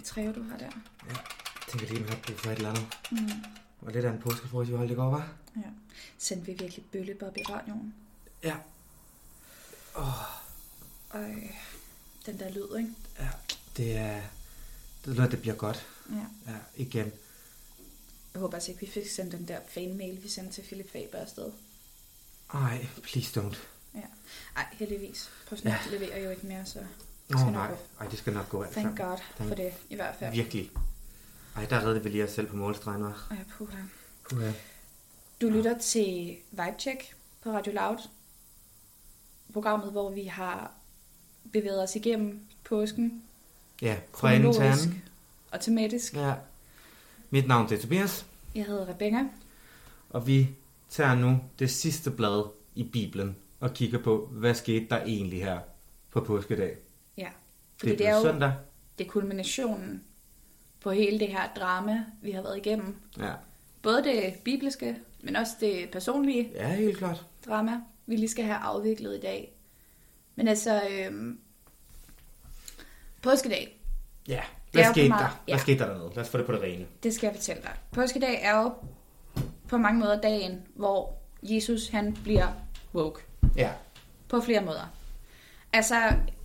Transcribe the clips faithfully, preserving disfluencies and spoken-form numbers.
træve, du har der. Ja, jeg tænker lige, man har brug for et eller andet. Mm. Og lidt af en påskefrokost, vi holdt i går, var? Ja. Sendte vi virkelig bøllebob i radioen? Ja. Åh. Øj, den der lyd, ikke? Ja, det er... Det lyder, det bliver godt. Ja. Ja, igen. Jeg håber altså ikke, vi fik sendt den der fan-mail, vi sendte til Philip Faber afsted. Ej, please don't. Ja. Ej, heldigvis. PostNord ja. leverer jo ikke mere, så... Åh oh, nej, Ej, det skal nok gå alt Thank sammen. God Thank... for det, i hvert fald. Virkelig. Ej, der redde vi lige os selv på målstregen, hva'? Ej, puha. Puha. Du lytter til Vibecheck på Radio Loud. Programmet, hvor vi har bevæget os igennem påsken. Ja, fra enden til anden. Og tematisk. Ja. Mit navn er Tobias. Jeg hedder Rebecca. Og vi tager nu det sidste blad i Bibelen og kigger på, hvad skete der egentlig her på påskedag. Ja, fordi det, det er jo søndag. Det er kulminationen på hele det her drama, vi har været igennem. Ja. Både det bibelske, men også det personlige ja, helt klart. drama, vi lige skal have afviklet i dag. Men altså, øhm, påskedag. Ja, hvad skete meget, der? Hvad ja. skete der dernede? Lad os få det på det rene. Det skal jeg fortælle dig. Påskedag er jo på mange måder dagen, hvor Jesus han bliver woke. Ja. På flere måder. Altså,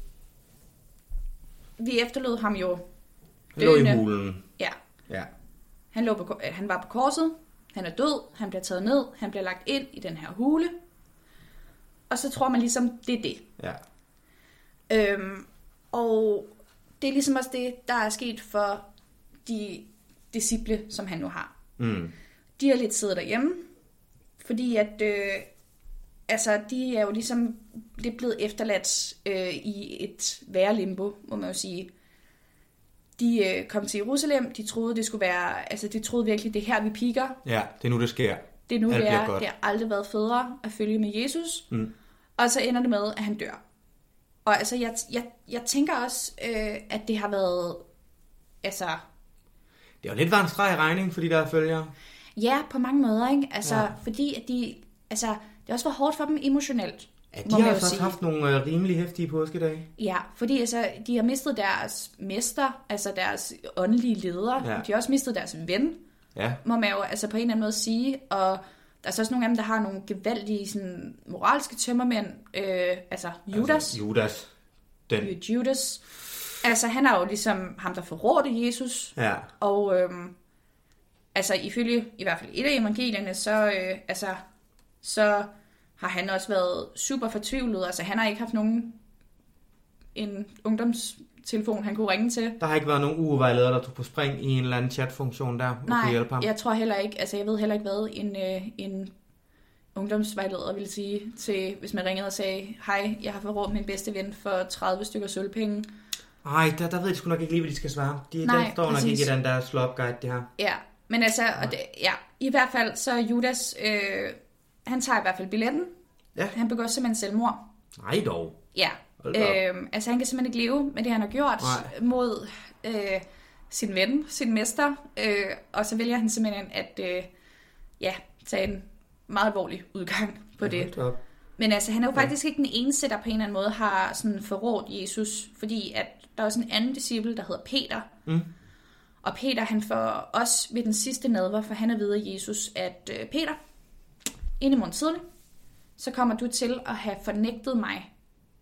vi efterlod ham jo døende. Han lå i hulen. Ja. Ja. Han, lå på, han var på korset. Han er død. Han bliver taget ned. Han bliver lagt ind i den her hule. Og så tror man ligesom, det er det. Ja. Øhm, og det er ligesom også det, der er sket for de disciple, som han nu har. Mm. De har lidt siddet derhjemme, fordi at øh, altså, de er jo ligesom lidt blevet efterladt øh, i et værre limbo, må man jo sige. De øh, kom til Jerusalem, de troede, det skulle være, altså de troede virkelig, det er her, vi piker. Ja, det er nu, det sker. Det er nu, det er. Det har aldrig været federe at følge med Jesus. Mm. Og så ender det med, at han dør. Og altså, jeg, jeg, jeg tænker også, øh, at det har været, altså... Det er jo lidt var en streg i regning, fordi der er følgere. Ja, på mange måder, ikke? Altså, ja. fordi at de, altså, det har også været hårdt for dem emotionelt. Ja, de har også haft nogle øh, rimelig heftige påskedage. Ja, fordi altså, de har mistet deres mester, altså deres åndelige leder. Ja. De har også mistet deres ven, ja. må man jo altså på en eller anden måde sige. Og der er så også nogle af dem, der har nogle gevaldige sådan, moralske tømmermænd. Øh, altså Judas. Altså, Judas. Den. Judas. Altså han er jo ligesom ham, der forrådte Jesus. Ja. Og øhm, altså ifølge i hvert fald et af evangelierne, så, øh, altså, så har han også været super fortvivlet. Altså han har ikke haft nogen en ungdomstelefon, han kunne ringe til. Der har ikke været nogen ugevejleder, der tog på spring i en eller anden chatfunktion der og Nej, kunne hjælpe ham? Jeg tror heller ikke, altså jeg ved heller ikke, hvad en, øh, en ungdomsvejleder ville sige til, hvis man ringede og sagde, hej, jeg har forrådt min bedste ven for tredive stykker sølvpenge. Nej, der, der ved de sgu nok ikke lige, hvad de skal svare. De, Nej, den står præcis. nok ikke i den der slop guide, de har. Ja, men altså, og det, ja, i hvert fald, så Judas, øh, han tager i hvert fald billetten. Ja. Han begår simpelthen selvmord. Nej dog. Ja, øh, altså han kan simpelthen ikke leve med det, han har gjort Nej. mod øh, sin ven, sin mester. Øh, og så vælger han simpelthen at øh, ja, tage en meget alvorlig udgang på ja, det. Men altså, han er jo faktisk ja. ikke den eneste, der på en eller anden måde har sådan forrådt Jesus, fordi at der er også en anden disciple, der hedder Peter. Mm. Og Peter, han får også ved den sidste nadver, for han er ved af Jesus, at øh, Peter, ind i morgen tidlig, så kommer du til at have fornægtet mig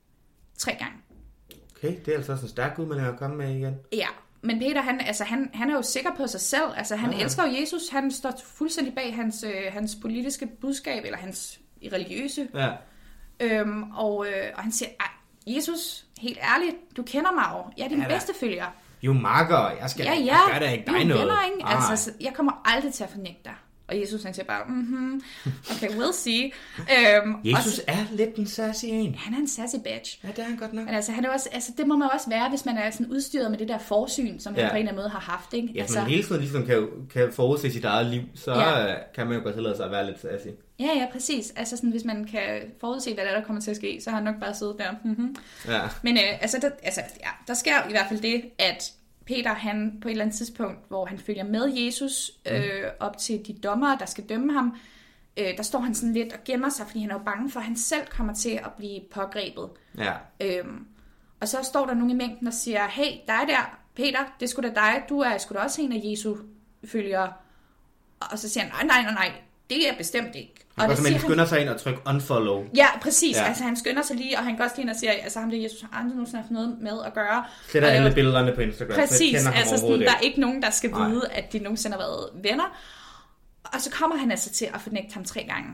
tre gange. Okay, det er altså også en stærk ud, man er kommet med igen. Ja, men Peter, han, altså, han, han er jo sikker på sig selv. Altså, han ja. elsker jo Jesus. Han står fuldstændig bag hans, øh, hans politiske budskab, eller hans religiøse. Ja. Øhm, og, øh, og han siger, Jesus, helt ærligt, du kender mig jo. Jeg er din ja, bedste følger. Jo, makker, jeg skal ja, ja. jeg gør da ikke dig noget. Venner, ikke? Ah. Altså, jeg kommer aldrig til at fornægte dig. Og Jesus, han siger bare, mhm, okay, we'll see. Øhm, Jesus og, er lidt en sassy en. Han er en sassy bitch. Ja, det er han godt nok. Men altså, han er også, altså, det må man også være, hvis man er sådan udstyret med det der forsyn, som ja. han på en eller anden måde har haft. Ikke? Ja, hvis altså, man hele tiden ligesom kan, kan forudse sit eget liv, så ja. kan man jo godt tillade sig at være lidt sassy. Ja, ja, præcis. Altså, sådan, hvis man kan forudse, hvad der, er, der kommer til at ske, så har han nok bare siddet der. Mm-hmm. Ja. Men øh, altså, der, altså ja, der sker i hvert fald det, at Peter, han på et eller andet tidspunkt, hvor han følger med Jesus øh, op til de dommere, der skal dømme ham, øh, der står han sådan lidt og gemmer sig, fordi han er jo bange for, at han selv kommer til at blive pågrebet. Ja. Øhm, og så står der nogen i mængden og siger, hey, dig der, Peter, det er sgu da dig, du er sgu da også en af Jesu følgere. Og så siger han, nej, nej, nej, nej, det er bestemt ikke. Han går simpelthen skynder sig ind og trykker unfollow. Ja, præcis. Ja. Ja. Altså han skynder sig lige, og han går også lige ind og siger, altså ham der Jesus har aldrig nogensinde haft noget med at gøre. Sætter og alle laver... billederne på Instagram. Præcis, altså sådan, der er ikke nogen, der skal Nej. vide, at de nogensinde har været venner. Og så kommer han altså til at fornægte ham tre gange.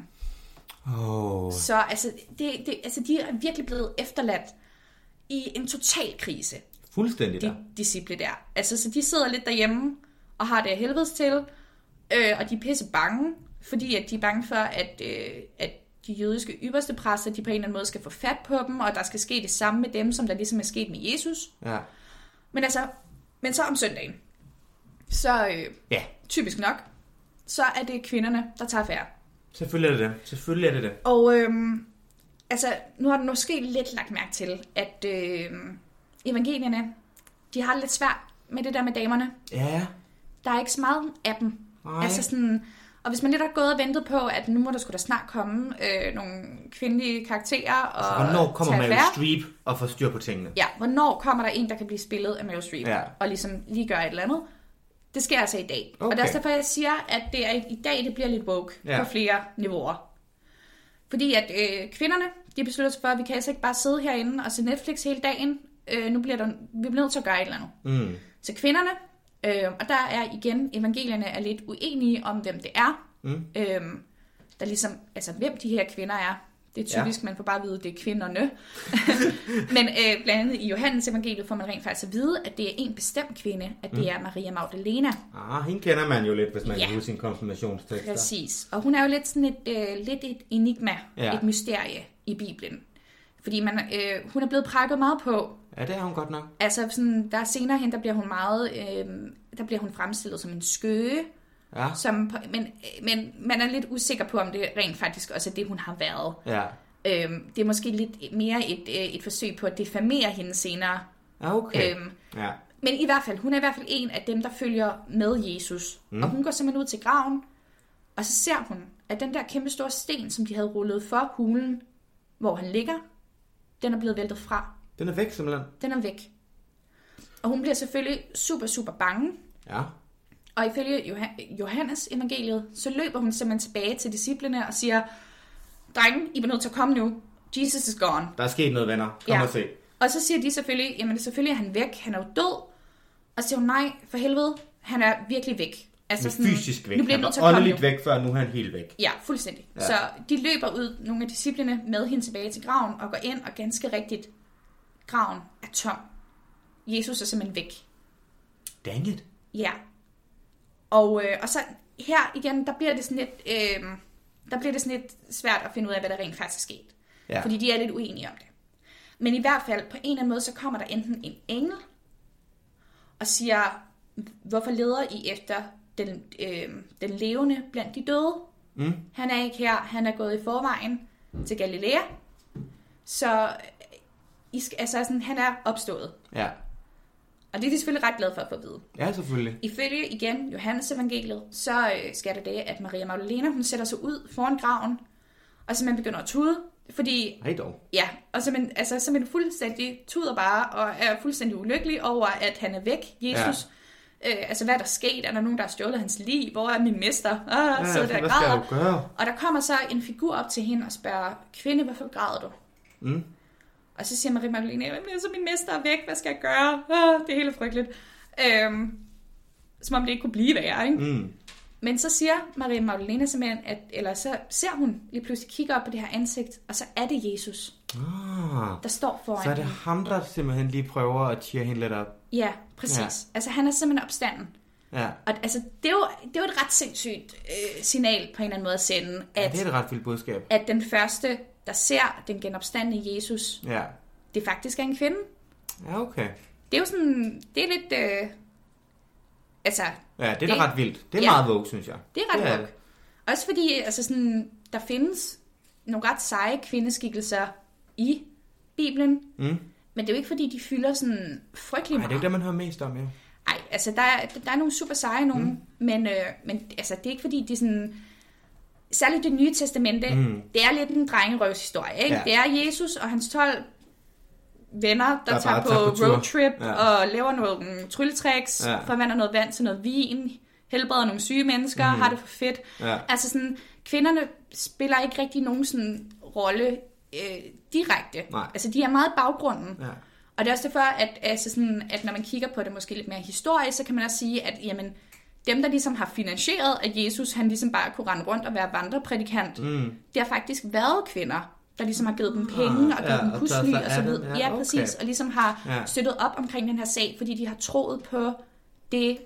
Oh. Så altså, det, det, altså, de er virkelig blevet efterladt i en total krise. Fuldstændig De der. disciple der. Altså, så de sidder lidt derhjemme og har det af helvedes til, øh, og de er pisse bange, fordi at de er bange for, at, øh, at de jødiske ypperste præster, de på en eller anden måde skal få fat på dem, og der skal ske det samme med dem, som der ligesom er sket med Jesus. Ja. Men altså, men så om søndagen, så øh, Ja. typisk nok, så er det kvinderne, der tager affære. Selvfølgelig er det det. Selvfølgelig er det det. Og øhm, altså, nu har du måske lidt lagt mærke til, at øhm, evangelierne, de har det lidt svært med det der med damerne. Ja. Der er ikke så meget af dem. Nej. Altså sådan, og hvis man lidt har gået og ventet på, at nu må der sgu da snart komme øh, nogle kvindelige karakterer. Og Altså, hvornår kommer tage Meryl affære? Streep og får styr på tingene? Ja, hvornår kommer der en, der kan blive spillet af Meryl Streep, Ja. og ligesom lige gøre et eller andet? Det sker altså i dag. Okay. Og det er også derfor, jeg siger, at det er i dag, det bliver lidt woke Ja. på flere niveauer. Fordi at øh, kvinderne, de beslutter sig for, at vi kan altså ikke bare sidde herinde og se Netflix hele dagen. Øh, nu bliver der, vi bliver nødt til at gøre et eller andet. Mm. Så kvinderne, øh, og der er igen, evangelierne er lidt uenige om, hvem det er. Mm. Øh, der ligesom, altså hvem de her kvinder er. Det er typisk, ja. Man får bare at vide, at det er kvinderne. Men øh, blandt andet i Johannes evangeliet får man rent faktisk at vide, at det er en bestemt kvinde, at det er Maria Magdalena. Ah, hende kender man jo lidt, hvis man Ja. kan huske sin konfirmationstekster. Præcis. Og hun er jo lidt sådan et, øh, lidt et enigma, Ja. et mysterie i Bibelen. Fordi man, øh, hun er blevet prækket meget på. Ja, det er hun godt nok. Altså sådan, der senere hen, der bliver hun meget, øh, der bliver hun fremstillet som en skøge. Ja. Som, men, men man er lidt usikker på, om det rent faktisk også er det, hun har været. Ja. Øhm, det er måske lidt mere et, øh, et forsøg på at diffamere hende senere. Ja, okay. Øhm, Ja. men i hvert fald, hun er i hvert fald en af dem, der følger med Jesus. Mm. Og hun går simpelthen ud til graven, og så ser hun, at den der kæmpe store sten, som de havde rullet for hulen, hvor han ligger, den er blevet væltet fra. Den er væk simpelthen. Den er væk. Og hun bliver selvfølgelig super, super bange. Ja. Og ifølge Johannes evangeliet, så løber hun simpelthen tilbage til disciplene og siger, drenge, I er nødt til at komme nu. Jesus is gone. Der er sket noget, venner. Kom Ja. og se. Og så siger de selvfølgelig, jamen selvfølgelig er han væk, han er jo død. Og så siger hun, nej, for helvede, han er virkelig væk. Altså sådan, fysisk væk. Nu bliver Han nødt til var at komme åndeligt nu. væk før, nu er han helt væk. Ja, fuldstændig. Ja. Så de løber ud, nogle af disciplene, med hende tilbage til graven, og går ind, og ganske rigtigt, graven er tom. Jesus er simpelthen væk. Dang it. Ja. Og, øh, og så her igen, der bliver det sådan lidt, øh, der bliver det sådan lidt svært at finde ud af, hvad der rent faktisk er sket. Ja. Fordi de er lidt uenige om det. Men i hvert fald, på en eller anden måde, så kommer der enten en engel, og siger, hvorfor leder I efter den, øh, den levende blandt de døde? Mm. Han er ikke her, han er gået i forvejen til Galilea. Så I skal, altså sådan, han er opstået. Ja. Og det er de selvfølgelig ret glade for at få at vide. Ja, selvfølgelig. Ifølge igen Johannes evangeliet, så øh, sker der det, at Maria Magdalena, hun sætter sig ud foran graven, og simpelthen begynder at tude, fordi, Hej dog. ja, og simpelthen, altså, simpelthen fuldstændig tuder bare, og er fuldstændig ulykkelig over, at han er væk, Jesus. Ja. Øh, altså, hvad er der sket? Er der nogen, der har stjålet hans liv? Hvor er min mester? Ah, Ja, sidder så der hvad og skal græder. du gøre? Og der kommer så en figur op til hende og spørger, kvinde, hvorfor græder du? Mm. Og så siger Maria Magdalena, så min mester er væk, hvad skal jeg gøre? Ah, det er helt frygteligt. Øhm, som om det ikke kunne blive værre, ikke? Mm. Men så siger Maria Magdalena simpelthen, at, eller så ser hun lige pludselig kigger op på det her ansigt, og så er det Jesus, Ah. der står foran Så er det hende. ham, der simpelthen lige prøver at cheer hende lidt op. Ja, præcis. Ja. Altså han er simpelthen opstanden. Ja. Og altså, det er jo, det er jo et ret sindssygt øh, signal på en eller anden måde at sende, Ja, at, det er et ret vildt budskab. at den første, der ser den genopstandende Jesus, Ja. det faktisk er en kvinde. Ja, okay. Det er jo sådan, det er lidt, øh, altså, Ja, det er Det- da ret vildt. Det er ja. meget vogue, synes jeg. det er ret Det er woke. Også fordi, altså sådan, der findes nogle ret seje kvindeskikkelser i Bibelen, Mm. men det er jo ikke fordi, de fylder sådan frygtelig Nej, det er jo meget. det, man hører mest om, ja. Nej, altså der er, der er nogle super seje nogen, mm. men, øh, men altså, det er ikke fordi, de sådan... Særligt det nye testamente, Mm. det er lidt en drengerøvshistorie, ikke? Ja. Det er Jesus og hans tolv venner, der, der tager på, tager på roadtrip ja. og laver nogle trylletricks, ja. forvandler noget vand til noget vin, helbreder nogle syge mennesker, mm. har det for fedt. Ja. Altså sådan, kvinderne spiller ikke rigtig nogen sådan rolle øh, direkte. Nej. Altså de er meget baggrunden. Ja. Og det er også derfor, at, altså sådan, at når man kigger på det måske lidt mere historisk, så kan man også sige, at jamen, dem, der ligesom har finansieret, at Jesus han ligesom bare kunne rende rundt og være vandreprædikant, mm. det har faktisk været kvinder, der ligesom har givet dem penge og givet ja, dem husly og så videre. Ja, ja, præcis. Okay. Og ligesom har ja. støttet op omkring den her sag, fordi de har troet på det,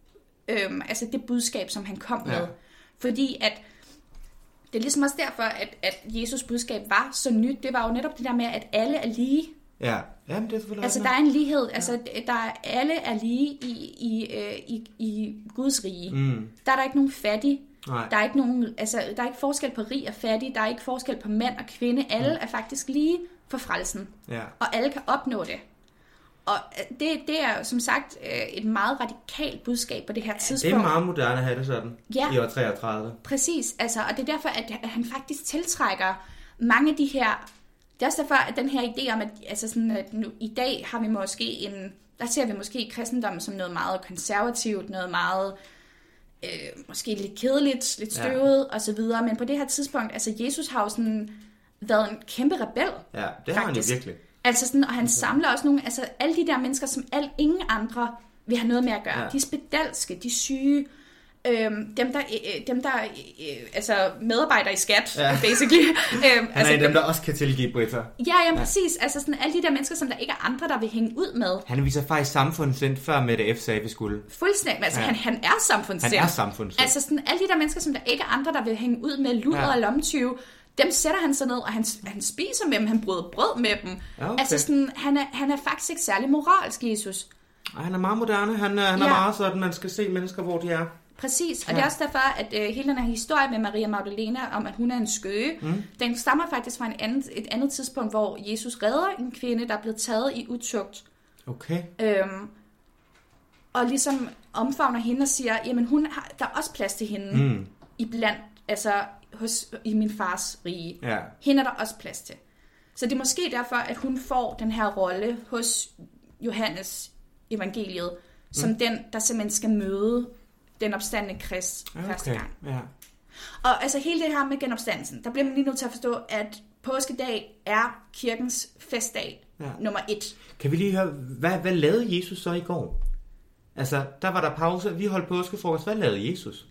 øhm, altså det budskab, som han kom ja. med. Fordi at det er ligesom også derfor, at, at Jesus budskab var så nyt. Det var jo netop det der med, at alle er lige. Ja, jamen, det er selvfølgelig. Altså der er en lighed. Ja. Altså der er, alle er lige i, i, i, i Guds rige. Mm. Der er der ikke nogen fattige. Nej. Der er ikke nogen, altså der er ikke forskel på rig og fattig. Der er ikke forskel på mand og kvinde. Alle mm. er faktisk lige for frelsen. Ja. Og alle kan opnå det. Og det, det er som sagt et meget radikalt budskab på det her ja, tidspunkt. Det er meget moderne at have det sådan ja. i år treogtredive. Præcis, altså, og det er derfor, at han faktisk tiltrækker mange af de her. Det er også derfor, at den her idé om, at, altså sådan, at nu, i dag har vi måske en, der ser vi måske kristendommen som noget meget konservativt, noget meget øh, måske lidt kedeligt, lidt støvet ja. og så videre. Men på det her tidspunkt, altså Jesus har jo sådan været en kæmpe rebel. Ja, det har faktisk. Han jo virkelig. Altså sådan, og han samler også nogle, altså alle de der mennesker, som al, ingen andre vil have noget med at gøre. Ja. De er spedalske, de er syge, øhm, dem der, øh, dem der øh, altså medarbejder i skat, ja. basically. øhm, han er altså, en dem, der også kan tilgive Britta. Ja, ja, præcis. Altså sådan alle de der mennesker, som der ikke er andre, der vil hænge ud med. Han viser faktisk samfundssind, før Mette F. sagde, vi skulle. Fuldstændig, altså ja. han, han er samfundssind. Han er samfundssind. Altså sådan alle de der mennesker, som der ikke er andre, der vil hænge ud med luder ja. og lommetyve, dem sætter han sig ned, og han, han spiser med dem, han bryder brød med dem. Ja, okay. Altså sådan, han er, han er faktisk ikke særlig moralsk, Jesus. Og han er meget moderne, han, han er ja. meget sådan, man skal se mennesker, hvor de er. Præcis, og ja. det er også derfor, at øh, hele den her historie med Maria Magdalena, om at hun er en skøge, mm. den stammer faktisk fra en anden, et andet tidspunkt, hvor Jesus redder en kvinde, der er blevet taget i utugt. Okay. Øhm, og ligesom omfavner hende og siger, jamen hun har, der er også plads til hende mm. i blandt, altså hos, i min fars rige. Ja. Hende er der også plads til. Så det er måske derfor, at hun får den her rolle hos Johannes evangeliet, som mm. den, der simpelthen skal møde den opstandne Krist okay. første gang. Ja. Og altså hele det her med genopstandelsen, der bliver man lige nødt til at forstå, at påskedag er kirkens festdag ja. nummer et. Kan vi lige høre, hvad, hvad lavede Jesus så i går? Altså, der var der pause, vi holdt påskefrokost. Hvad lavede Jesus?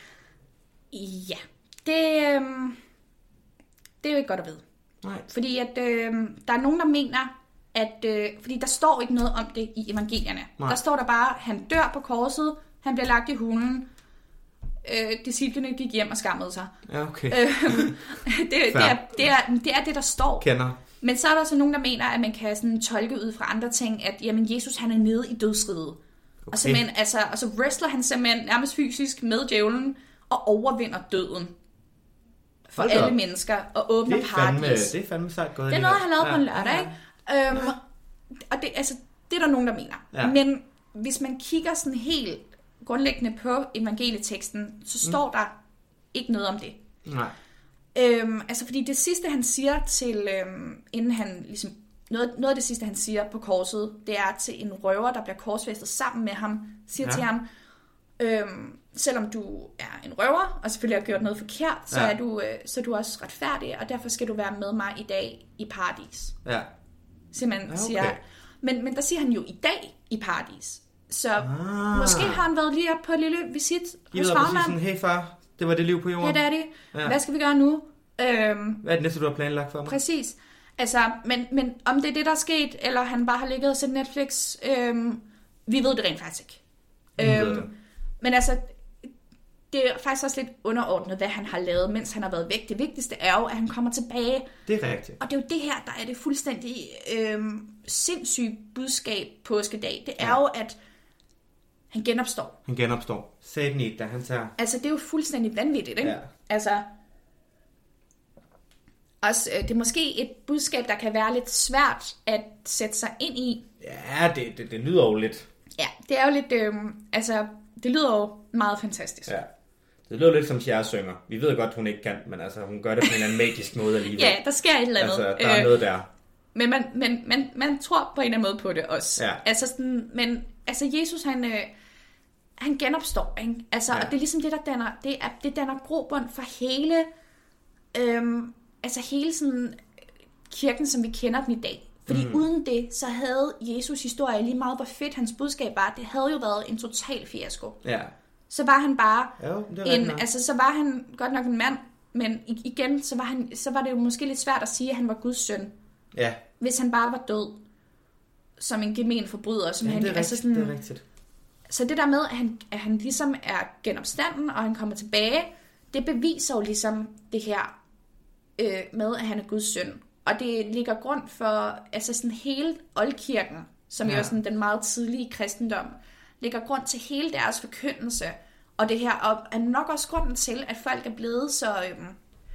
Ja, det, øh, det er jo ikke godt at vide. Nej. Fordi at, øh, der er nogen, der mener, at øh, fordi der står ikke noget om det i evangelierne. Nej. Der står der bare, han dør på korset, han bliver lagt i hulen, øh, disciplene gik hjem og skammede sig. Ja, okay. Øh, det, det, er, det, er, det er det, der står. Kender. Men så er der så nogen, der mener, at man kan sådan tolke ud fra andre ting, at jamen, Jesus han er nede i dødsriget. Okay. Og, simpelthen, altså, og så wrestler han simpelthen nærmest fysisk med djævlen og overvinder døden for Hold alle op. mennesker og åbner paradis. Det er fandme sejt gået. Det er noget, han lavede ja. på en lørdag, ikke? Ja. Øhm, og det, altså, det er der nogen, der mener. Ja. Men hvis man kigger sådan helt grundlæggende på evangelieteksten, så står mm. der ikke noget om det. Nej. Øhm, altså fordi det sidste, han siger til, øhm, inden han ligesom, noget, noget af det sidste, han siger på korset, det er til en røver, der bliver korsfæstet sammen med ham, siger ja. til ham, øhm, selvom du er en røver, og selvfølgelig har gjort noget forkert, så, ja. er du, øh, så er du også retfærdig, og derfor skal du være med mig i dag i paradis. Ja. Simpelthen ja, okay. siger, men, men der siger han jo i dag i paradis. Så ah. måske har han været lige op på et lille visit hos farmand. Hey far, det var det liv på jorden. Hey daddy, ja. hvad skal vi gøre nu? Øhm, hvad er det næste, du har planlagt for mig? Præcis. Altså, men, men om det er det, der er sket, eller han bare har ligget og set Netflix, øhm, vi ved det rent faktisk ikke. Øhm, det. Men altså, det er faktisk også lidt underordnet, hvad han har lavet, mens han har været væk. Det vigtigste er jo, at han kommer tilbage. Det er rigtigt. Og det er jo det her, der er det fuldstændig øhm, sindssyge budskab påskedag. Det er ja. jo, at han genopstår. Han genopstår. Satan i, da han tager... Altså, det er jo fuldstændig vanvittigt, ikke? Ja. Altså, også, det er måske et budskab, der kan være lidt svært at sætte sig ind i. Ja, det, det, det lyder jo lidt... Ja, det er jo lidt... Øhm, altså, det lyder jo meget fantastisk. Ja. Det lyder lidt som Cher synger. Vi ved godt, hun ikke kan, men altså, hun gør det på en eller anden magisk måde alligevel. Ja, der sker et eller andet. Altså, der er øh, noget der. Men man, men, man, man tror på en eller anden måde på det også. Ja. Altså sådan, men altså Jesus, han, øh, han genopstår, ikke? Altså, ja. Og det er ligesom det, der danner, det, er, det danner grobund for hele, øhm, altså hele sådan, kirken, som vi kender den i dag. Fordi mm. uden det, så havde Jesus historie lige meget, hvor fedt hans budskab var. Det havde jo været en total fiasko. Ja. Så var han bare jo, det en, altså så var han godt nok en mand, men igen, så var, han, så var det jo måske lidt svært at sige, at han var Guds søn. Ja. Hvis han bare var død som en gemen forbryder. Som ja, han, det, er altså rigtigt, sådan, det er rigtigt. Så det der med, at han, at han ligesom er genopstanden, og han kommer tilbage, det beviser jo ligesom det her øh, med, at han er Guds søn. Og det ligger grund for altså sådan hele oldkirken, som ja. jo er sådan den meget tidlige kristendom, ligger grund til hele deres forkyndelse. Og det her og er nok også grunden til, at folk er blevet så, øhm,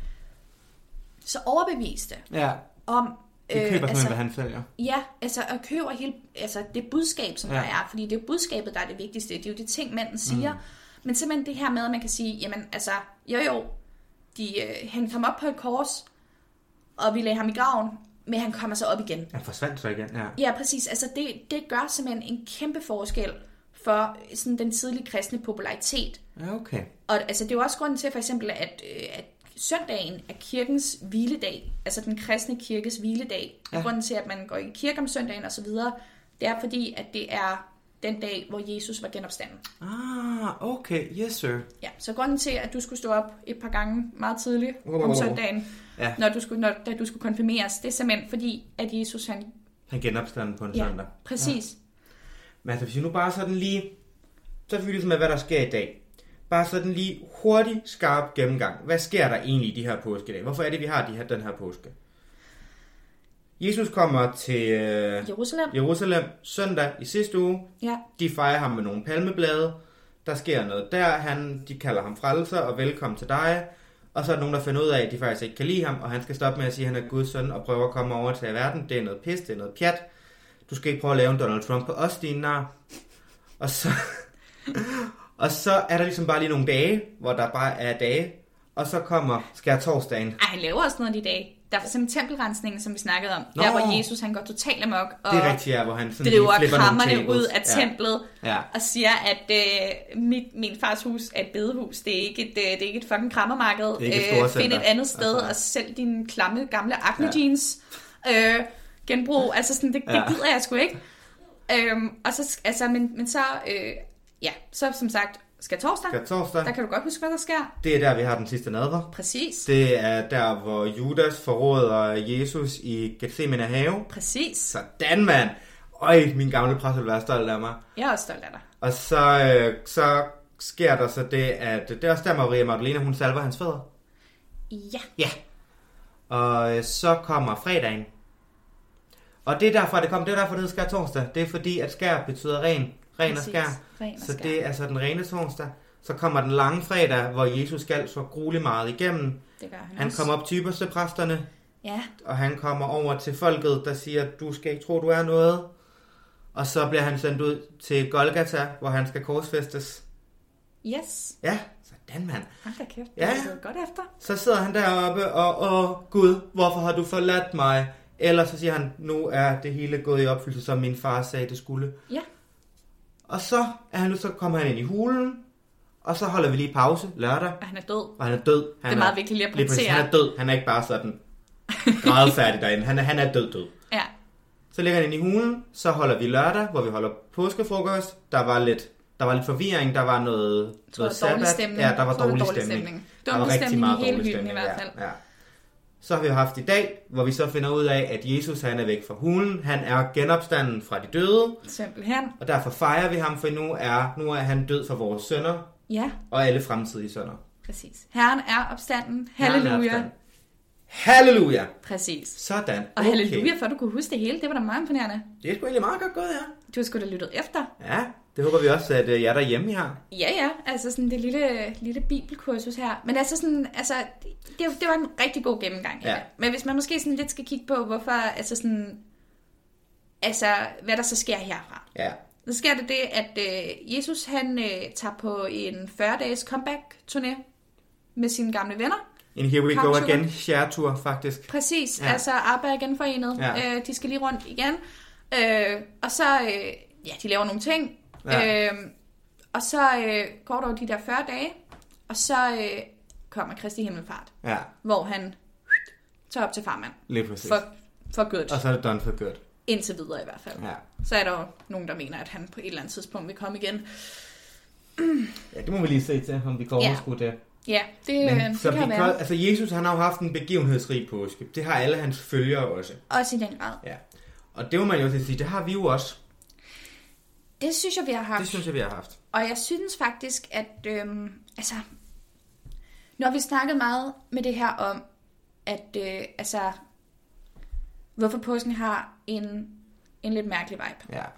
så overbeviste ja. om... De køber øh, altså, hvad han følger. Ja, altså at købe hele, altså det budskab, som ja. der er. Fordi det er budskabet, der er det vigtigste. Det er jo de ting, manden siger. Mm. Men simpelthen det her med, at man kan sige, jamen altså, jo jo, de, øh, han kom op på et kors, og vi lagde ham i graven, men han kommer så op igen. Han forsvandt så igen, ja. Ja, præcis. Altså det, det gør simpelthen en kæmpe forskel for sådan den tidlige kristne popularitet. Ja, okay. Og altså, det er jo også grunden til for eksempel, at, at søndagen er kirkens hviledag, altså den kristne kirkes hviledag. Ja. Grunden til, at man går i kirke om søndagen og så videre, det er fordi, at det er den dag, hvor Jesus var genopstanden. Ah, okay, yes sir. Ja, så grunden til, at du skulle stå op et par gange meget tidligt oh, om søndagen, ja. når, du skulle, når, da du skulle konfirmeres, det er simpelthen fordi, at Jesus han... Han genopstanden på en ja, søndag. præcis. Ja. Men altså, hvis vi nu bare sådan lige, så er vi ligesom med, hvad der sker i dag. Bare sådan lige hurtig, skarp gennemgang. Hvad sker der egentlig i de her påskedage? Hvorfor er det, vi har de her, den her påske? Jesus kommer til øh, Jerusalem. Jerusalem søndag i sidste uge. Ja. De fejrer ham med nogle palmeblade. Der sker noget der. Han, de kalder ham frelser og velkommen til dig. Og så er der nogen, der finder ud af, at de faktisk ikke kan lide ham. Og han skal stoppe med at sige, at han er Guds søn og prøve at komme over til verden. Det er noget pis, det er noget pjat. Du skal ikke prøve at lave en Donald Trump på os, din nar. Og så... Og så er der ligesom bare lige nogle dage, hvor der bare er dage, og så kommer skærtorsdagen. Ej, han laver også noget af de dage. Der er for eksempel tempelrensningen, som vi snakkede om. Nå. Der, hvor Jesus han går totalt amok. Og det er rigtigt, ja, hvor han sådan driver flipper nogle krammerne ud af templet. Ja. Ja. Og siger, at øh, mit, min fars hus er et bedehus. Det er ikke et, det er ikke et fucking krammermarked. Øh, find et andet sted altså. Og sælg dine klamme, gamle acne ja. jeans. Øh, genbrug. Altså sådan, det, det ja. gider jeg sgu ikke. Øhm, og så, altså, men, men så... Øh, Ja, så som sagt, skal torsdag. Skal torsdag. Der kan du godt huske, hvad der sker. Det er der, vi har den sidste nadver. Præcis. Det er der, hvor Judas forråder Jesus i Gethsemane have. Præcis. Sådan, mand. Øj, min gamle præst vil være stolt af mig. Jeg er også stolt af dig. Og så, øh, så sker der så det, at det er også der, Maria Magdalena, hun salver hans fødder. Ja. Ja. Og øh, så kommer fredagen. Og det er derfor, det kommer. Det er derfor, det hedder skær torsdag. Det er fordi, at skær betyder ren. Ren og skær. Ren og så skær. det er altså den rene torsdag. Så kommer den lange fredag, hvor Jesus skal så grueligt meget igennem. Det gør han Han også. kommer op til ypperste præsterne. Ja. Og han kommer over til folket, der siger, du skal ikke tro, du er noget. Og så bliver han sendt ud til Golgata, hvor han skal korsfæstes. Yes. Ja, sådan mand. Hold da kæft, ja. det er godt efter. Så sidder han deroppe og, åh Gud, hvorfor har du forladt mig? Eller så siger han, nu er det hele gået i opfyldelse, som min far sagde, det skulle. Ja. Og så, er han, så kommer han ind i hulen, og så holder vi lige pause lørdag. Og han er død. Og han er død. Han det er meget vigtigt lige at pointere. Han er død. Han er ikke bare sådan grædefærdig derinde. Han er, han er død død. Ja. Så ligger han ind i hulen, så holder vi lørdag, hvor vi holder påskefrokost. Der var lidt, der var lidt forvirring, der var noget, noget sabbat. Stemning. Ja, der var dårlig, dårlig stemning. stemning. Der var rigtig rigtig meget i hele dårlig hylden stemning. i hvert fald. Ja, ja. Så har vi haft i dag, hvor vi så finder ud af, at Jesus han er væk fra hulen. Han er genopstanden fra de døde. Simpelthen. Og derfor fejrer vi ham, for nu er, nu er han død for vores sønner. Ja. Og alle fremtidige sønner. Præcis. Herren er opstanden. Halleluja. Halleluja. Præcis. Sådan. Og okay. halleluja, for du kunne huske det hele. Det var da meget imponerende. Det er sgu egentlig meget godt gået, ja. Du har sgu da lyttet efter. Ja, det håber vi også, at jer derhjemme I har. Ja, ja. Altså sådan det lille, lille bibelkursus her. Men altså sådan, altså, det, det var en rigtig god gennemgang. Ja. Men hvis man måske sådan lidt skal kigge på, hvorfor, altså sådan, altså, hvad der så sker herfra. Ja. Så sker det det, at øh, Jesus han øh, tager på en fyrre-dages comeback-turné med sine gamle venner. En Here We Go Again share-tur, faktisk. Præcis, ja. Altså ABBA er genforenet. Ja. Øh, de skal lige rundt igen. Øh, og så, øh, ja, de laver nogle ting. Ja. Øh, og så øh, går der jo de der fyrre dage, og så øh, kommer Kristi Himmelfart. Ja. Hvor han tager op til farmand. Lige præcis. For, for good. Og så er det done for good. Indtil videre i hvert fald. Ja. Så er der jo nogen, der mener, at han på et eller andet tidspunkt vil komme igen. Ja, det må vi lige se til, om vi kan overskue ja. det. Ja, det, Men, det kan vi være. Altså, Jesus, han har jo haft en begivenhedsrig påske. Det har alle hans følgere også. Også i den grad. Ja. Og det må man jo til sige, det har vi jo også. Det synes jeg, vi har haft. Det synes jeg, vi har haft. Og jeg synes faktisk, at øhm, altså, nu har vi snakket meget med det her om, at øh, altså, hvorfor påsken har en, en lidt mærkelig vibe. Ja.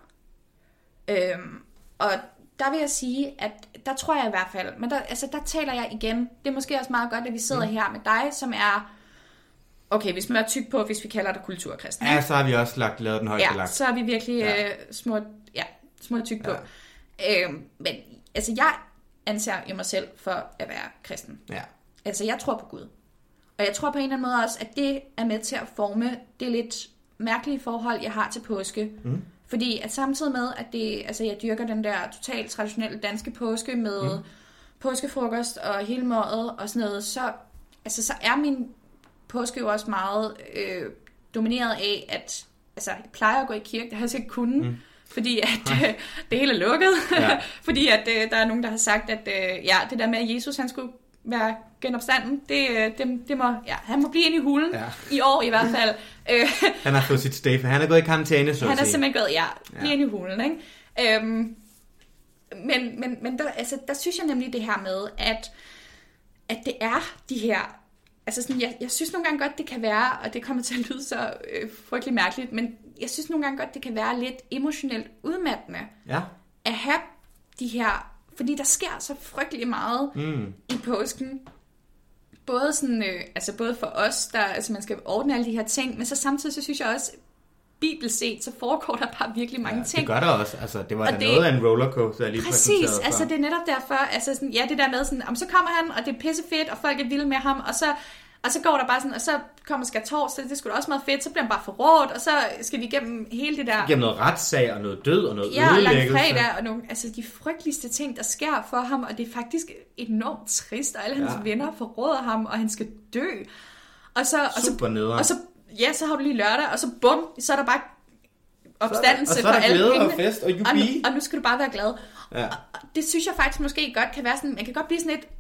Øhm, og der vil jeg sige, at der tror jeg i hvert fald, men der, altså, der taler jeg igen. Det er måske også meget godt, at vi sidder mm. her med dig, som er, okay, hvis man er tyk på, hvis vi kalder det kulturkristen. Ja, så har vi også lagt, lavet den højt ja, lagt. så er vi virkelig ja. øh, små, ja, små tyk på. Ja. Øhm, men altså, jeg anser jo mig selv for at være kristen. Ja. Altså, jeg tror på Gud. Og jeg tror på en eller anden måde også, at det er med til at forme det lidt mærkelige forhold, jeg har til påske. Mm. Fordi at samtidig med, at det, altså jeg dyrker den der totalt traditionelle danske påske med mm. påskefrokost og hele måret og sådan noget, så, altså, så er min påske jo også meget øh, domineret af, at altså, jeg plejer at gå i kirke, det har jeg så ikke kunnet, mm. fordi at øh, det hele er lukket. Ja. Fordi at øh, der er nogen, der har sagt, at øh, ja, det der med, at Jesus han skulle være genopstanden, det, det, det må, ja, han må blive inde i hulen, ja. I år i hvert fald. Han har fået sit stay, for han er gået i karantæne, så Han er simpelthen gået, ja, blive ja. inde i hulen, ikke? Øhm, men men, men der, altså, der synes jeg nemlig det her med, at, at det er de her, altså sådan, jeg, jeg synes nogle gange godt, det kan være, og det kommer til at lyde så øh, frygtelig mærkeligt, men jeg synes nogle gange godt, det kan være lidt emotionelt udmattende, ja. At have de her, fordi der sker så frygtelig meget mm. i påsken. Både sådan, øh, altså både for os, der altså man skal ordne alle de her ting, men så samtidig så synes jeg også, bibelset, så foregår der bare virkelig mange ja, ting. Det gør der også. Altså, det var da noget af en rollercoaster, lige præcis, altså det er netop derfor, altså sådan, ja, det der med sådan, om så kommer han, og det er pissefedt, og folk er vilde med ham, og så Og så går der bare sådan, og så kommer skærtorsdag, det skulle da også meget fedt, så bliver han bare forrådt, og så skal vi igennem hele det der... Igennem noget retssag og noget død og noget ja, ødelæggelse. Ja, langfredag og nogle, altså de frygteligste ting, der sker for ham, og det er faktisk enormt trist, og alle hans ja. venner forråder ham, og han skal dø. Og så, og Super så, nederen. Og så, ja, så har du lige lørdag, og så bum, så er der bare opstandelse for alle pengene. Og så er der glæde og fest og jubi. Og, nu, og nu skal du bare være glad. Ja. Og, og det synes jeg faktisk måske godt kan være sådan, man kan godt blive sådan lidt...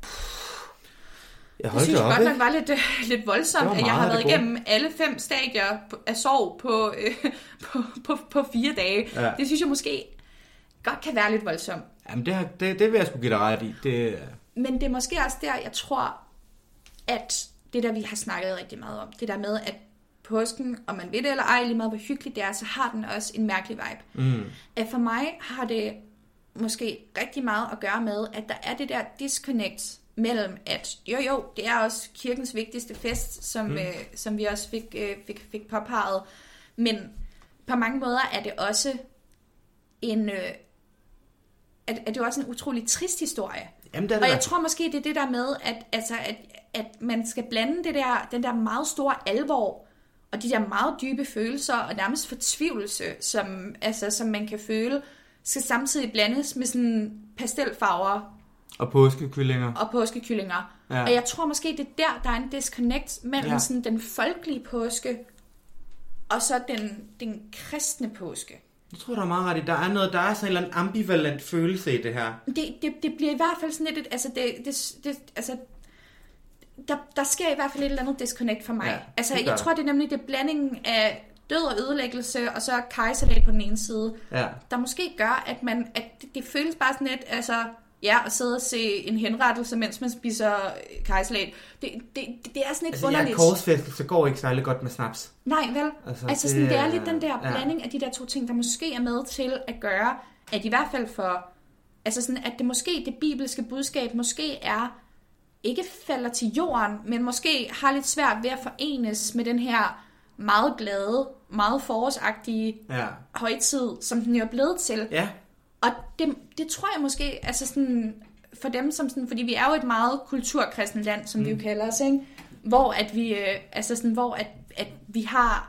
Jeg det synes jeg op, godt nok var lidt, uh, lidt voldsomt, at jeg har været igennem gode. alle fem stadier af sorg på, uh, på, på, på fire dage. Ja. Det synes jeg måske godt kan være lidt voldsomt. Jamen det, det, det vil jeg sgu give dig ret i. Det... Men det er måske også der, jeg tror, at det der vi har snakket rigtig meget om, det der med, at påsken, om man ved det eller ej, lige meget hvor hyggeligt det er, så har den også en mærkelig vibe. Mm. At for mig har det måske rigtig meget at gøre med, at der er det der disconnect mellem, at jo jo, det er også kirkens vigtigste fest, som, mm. øh, som vi også fik, øh, fik, fik påpeget, men på mange måder er det også en, øh, er, er det også en utrolig trist historie. Jamen, det er det og jeg der. tror måske, det er det der med, at, altså, at, at man skal blande det der, den der meget store alvor, og de der meget dybe følelser, og nærmest fortvivlelse, som, altså, som man kan føle, skal samtidig blandes med sådan pastelfarver, og påskekyllinger. Og påskekyllinger. Ja. Og jeg tror måske, det er der, der er en disconnect mellem ja. sådan den folkelige påske, og så den, den kristne påske. Jeg tror, der er meget ret i. Der er noget, der er sådan en eller anden ambivalent følelse i det her. Det, det, det bliver i hvert fald sådan lidt, altså, det, det, det, altså der, der sker i hvert fald et eller andet disconnect for mig. Ja, altså, jeg tror, det er nemlig det blandingen af død og ødelæggelse, og så kejsersalat på den ene side, ja. Der måske gør, at, man, at det, det føles bare sådan lidt, altså... Ja, at sidde og se en henrettelse, mens man spiser kejsersalat. Det, det, det er sådan lidt altså, underligt. Altså, ja, korsfæstelse går ikke særlig godt med snaps. Nej, vel? Altså, altså sådan, det, det er lidt den der blanding ja. Af de der to ting, der måske er med til at gøre, at i hvert fald for, altså sådan, at det måske, det bibelske budskab, måske er, ikke falder til jorden, men måske har lidt svært ved at forenes med den her meget glade, meget forårsagtige ja. Højtid, som den jo er blevet til. Ja. Og det, det tror jeg måske, altså sådan, for dem som sådan, fordi vi er jo et meget kulturkristne land, som mm. vi jo kalder os, ikke? Hvor at vi, øh, altså sådan, hvor at, at vi har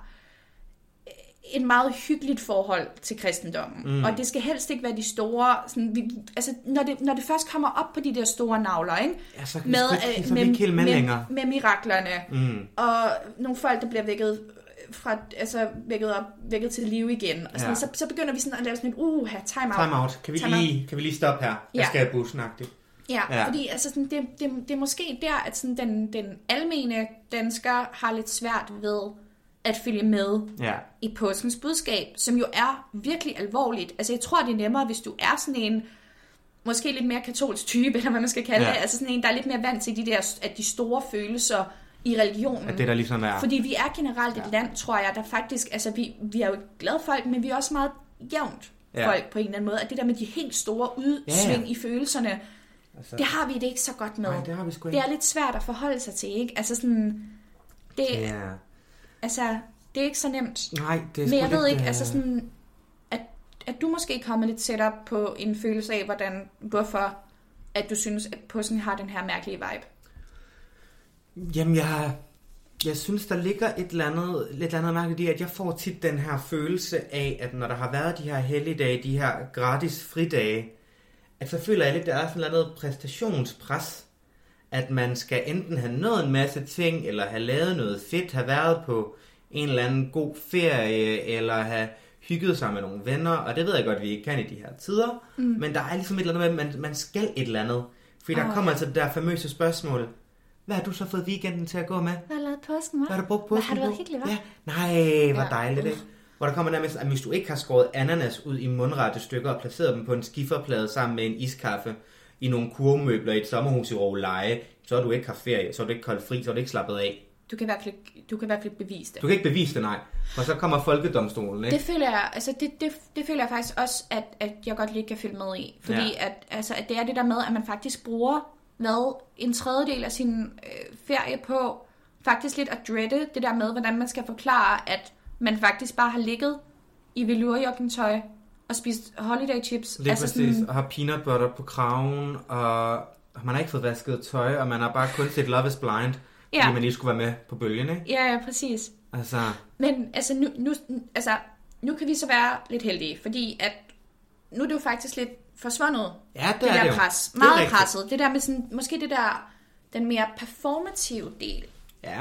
et meget hyggeligt forhold til kristendommen. Mm. Og det skal helst ikke være de store... Sådan, vi, altså, når det, når det først kommer op på de der store navler, ikke? Ja, så kan med, vi, øh, så med, med, med, med, med miraklerne. Mm. Og nogle folk, der bliver vækket, fra, altså, vækket, op, vækket til live igen. Og sådan, Ja. så, så begynder vi sådan at lave sådan et, uh, her, time out. Time out. Kan vi, time lige, out. kan vi lige stoppe her? Jeg Ja. skal have bussen-agtigt. Ja, Ja. fordi altså, sådan, det, det, det er måske der, at sådan, den, den almene dansker har lidt svært ved at følge med Ja. i påskens budskab, som jo er virkelig alvorligt. Altså jeg tror, det er nemmere, hvis du er sådan en, måske lidt mere katolsk type, eller hvad man skal kalde Ja. det, altså sådan en, der er lidt mere vant til de der, at de store følelser i religionen. At det der ligesom er... Fordi vi er generelt et ja. land, tror jeg, der faktisk, altså vi, vi er jo glade folk, men vi er også meget jævnt Ja. folk på en eller anden måde. At det der med de helt store udsving Ja. i følelserne, Altså, det har vi det ikke så godt med. nej, det har vi sgu Det ikke. er lidt svært at forholde sig til, ikke? Altså sådan, det, Ja. altså, det er ikke så nemt. Nej, det er Men sgu jeg ved lidt, ikke, øh, altså sådan, at, at du måske kommer lidt tættere på en følelse af, hvordan, hvorfor at du synes, at påsken har den her mærkelige vibe. Jamen, jeg, jeg synes, der ligger et eller andet, lidt eller andet mærkeligt i, at jeg får tit den her følelse af, at når der har været de her helligdage, de her gratis fridage, at så føler jeg lidt, der er sådan noget præstationspres, at man skal enten have nået en masse ting, eller have lavet noget fedt, have været på en eller anden god ferie, eller have hygget sig med nogle venner, og det ved jeg godt, vi ikke kan i de her tider, mm. men der er ligesom et eller andet med, at man, man skal et eller andet, fordi der Oh, kommer ja. altså det der famøse spørgsmål, hvad har du så fået weekenden til at gå med? Hvad har du lavet påsken, hva'? Hvad har du brugt påsken Har det været på? hyggeligt, hva'? Ja. Nej, hvor Ja. dejligt, ikke? Hvor der kommer nærmest, at hvis du ikke har skåret ananas ud i mundrette stykker og placeret dem på en skifferplade sammen med en iskaffe i nogle kurvemøbler i et sommerhus i Råleje, så har du ikke haft ferie, så har du ikke koldt fri, så har du ikke slappet af. Du kan i hvert fald, du kan i hvert fald ikke bevise det. Du kan ikke bevise det, nej. For så kommer folkedomstolen, ikke? Det føler jeg, altså det, det, det føler jeg faktisk også, at, at jeg godt lige kan følge med i. Fordi Ja. at, altså, at det er det der med, at man faktisk bruger hvad, en tredjedel af sin øh, ferie på faktisk lidt at dreade det der med, hvordan man skal forklare, at man faktisk bare har ligget i velurjoggingtøj og spist holiday chips. Lige altså præcis, sådan, og har peanut butter på kraven, og man har ikke fået vasket tøj, og man har bare kun set Love is Blind, Ja. fordi man lige skulle være med på bølgen, ikke? ja, ja, præcis. Altså, Men altså nu, nu, altså nu kan vi så være lidt heldige, fordi at nu er det jo faktisk lidt forsvundet. ja, det, Det er der det jo. pres. Det er Meget rigtigt. presset. Det der med sådan, måske det der, den mere performative del Ja,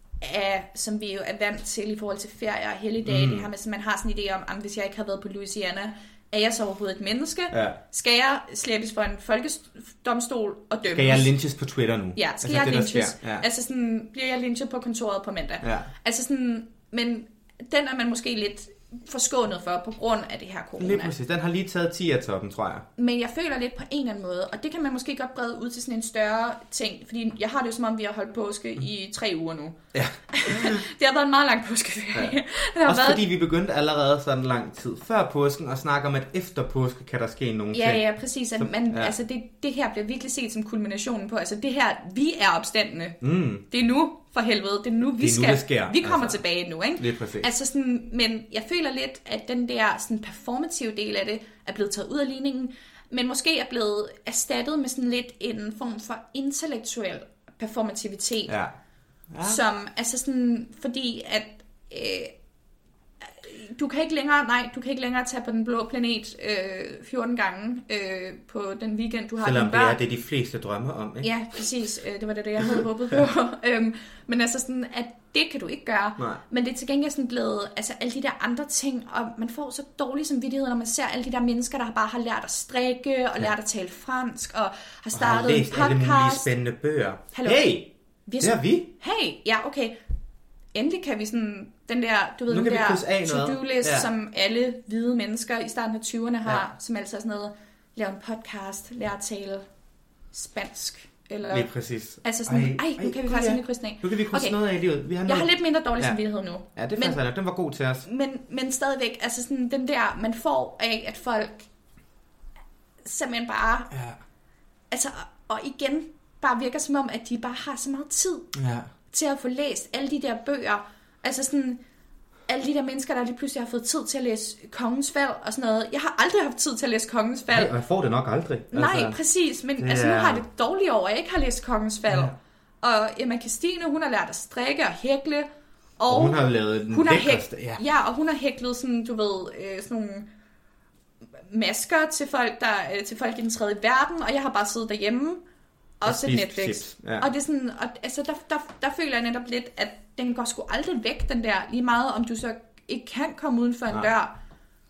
af, som vi jo er vant til i forhold til ferie og helligdage. Mm. Det her med, at man har sådan en idé om, at hvis jeg ikke har været på Louisiana, er jeg så overhovedet et menneske? ja. Skal jeg slæbes for en folkedomstol og dømmes? Skal jeg lynches på Twitter nu? Ja, skal altså, jeg det, der lynches? sker. Ja. Altså sådan, bliver jeg lynchet på kontoret på mandag? Ja. Altså sådan, men den er man måske lidt forskånet for på grund af det her corona. Lige præcis. Den har lige taget ti af toppen, tror jeg. Men jeg føler lidt på en eller anden måde, og det kan man måske godt brede ud til sådan en større ting, fordi jeg har det jo som om, vi har holdt påske i tre uger nu. Ja. Det har været en meget lang påskeferie. Ja. Det har Også været... fordi vi begyndte allerede sådan lang tid før påsken og snakke om, at efter påske kan der ske nogle Ja, ting. ja, præcis. At Så- man, ja. altså det, det her bliver virkelig set som kulminationen på, altså det her, vi er opstandende. Mm, Det er nu, for helvede. Det er nu, vi Det er nu, skal. det sker, Vi kommer altså. tilbage nu, ikke? lige præcis. Altså sådan, men jeg føler lidt, at den der sådan performative del af det er blevet taget ud af ligningen, men måske er blevet erstattet med sådan lidt en form for intellektuel performativitet, Ja. Ja. som altså sådan, fordi at øh, du kan ikke længere, nej, du kan ikke længere tage på den blå planet øh, fjorten gange øh, på den weekend, du har Selvom dine det børn. er det, de fleste drømmer om, ikke? Ja, præcis. Øh, Det var det, det jeg havde håbet på. øhm, men altså sådan, at det kan du ikke gøre. Nej. Men det er til gengæld sådan blevet, altså alle de der andre ting, og man får så dårlig samvittighed, når man ser alle de der mennesker, der bare har lært at strikke, og Ja. lært at tale fransk, og har Og har startet en læst alle mulige podcast. spændende bøger. Hallo. Hey, Vi er det har vi. Hey, ja, okay. Endelig kan vi sådan, den der, du ved, Nu den kan vi krydse af der noget. to-do-list, Ja. ja. som alle hvide mennesker i starten af tyverne har, Ja. som altså er sådan noget, lave en podcast, lære at tale spansk, eller... Lige præcis. Altså sådan, ej, ej nu kan vi gud, faktisk ja. endelig krydse den af. Nu kan vi krydse Okay. noget af i livet. Vi har Jeg noget... har lidt mindre dårlig Ja. samvittighed nu. Ja, det er men, faktisk rigtigt. Den var god til os. men, men stadigvæk, altså sådan den der, man får af, at folk simpelthen bare, Ja. altså, og igen, bare virker som om, at de bare har så meget tid Ja. til at få læst alle de der bøger. Altså sådan, alle de der mennesker, der lige pludselig har fået tid til at læse Kongens Fald og sådan noget. Jeg har aldrig haft tid til at læse Kongens Fald. Nej, og jeg får det nok aldrig. Nej, altså, præcis. Men altså, nu har jeg det dårligt over, at jeg ikke har læst Kongens Fald. Ja. Og Emma Christine, hun har lært at strikke og hækle. Og, og hun har lavet den hun har lækreste. Ja. ja, og hun har hæklet sådan, du ved, øh, sådan nogle masker til folk, der, øh, til folk i den tredje verden. Og jeg har bare siddet derhjemme og set Netflix. Ja. Og det er sådan, og, altså, der, der, der føler jeg netop lidt, at den går sgu aldrig væk, den der, lige meget om du så ikke kan komme uden for en Nej. dør.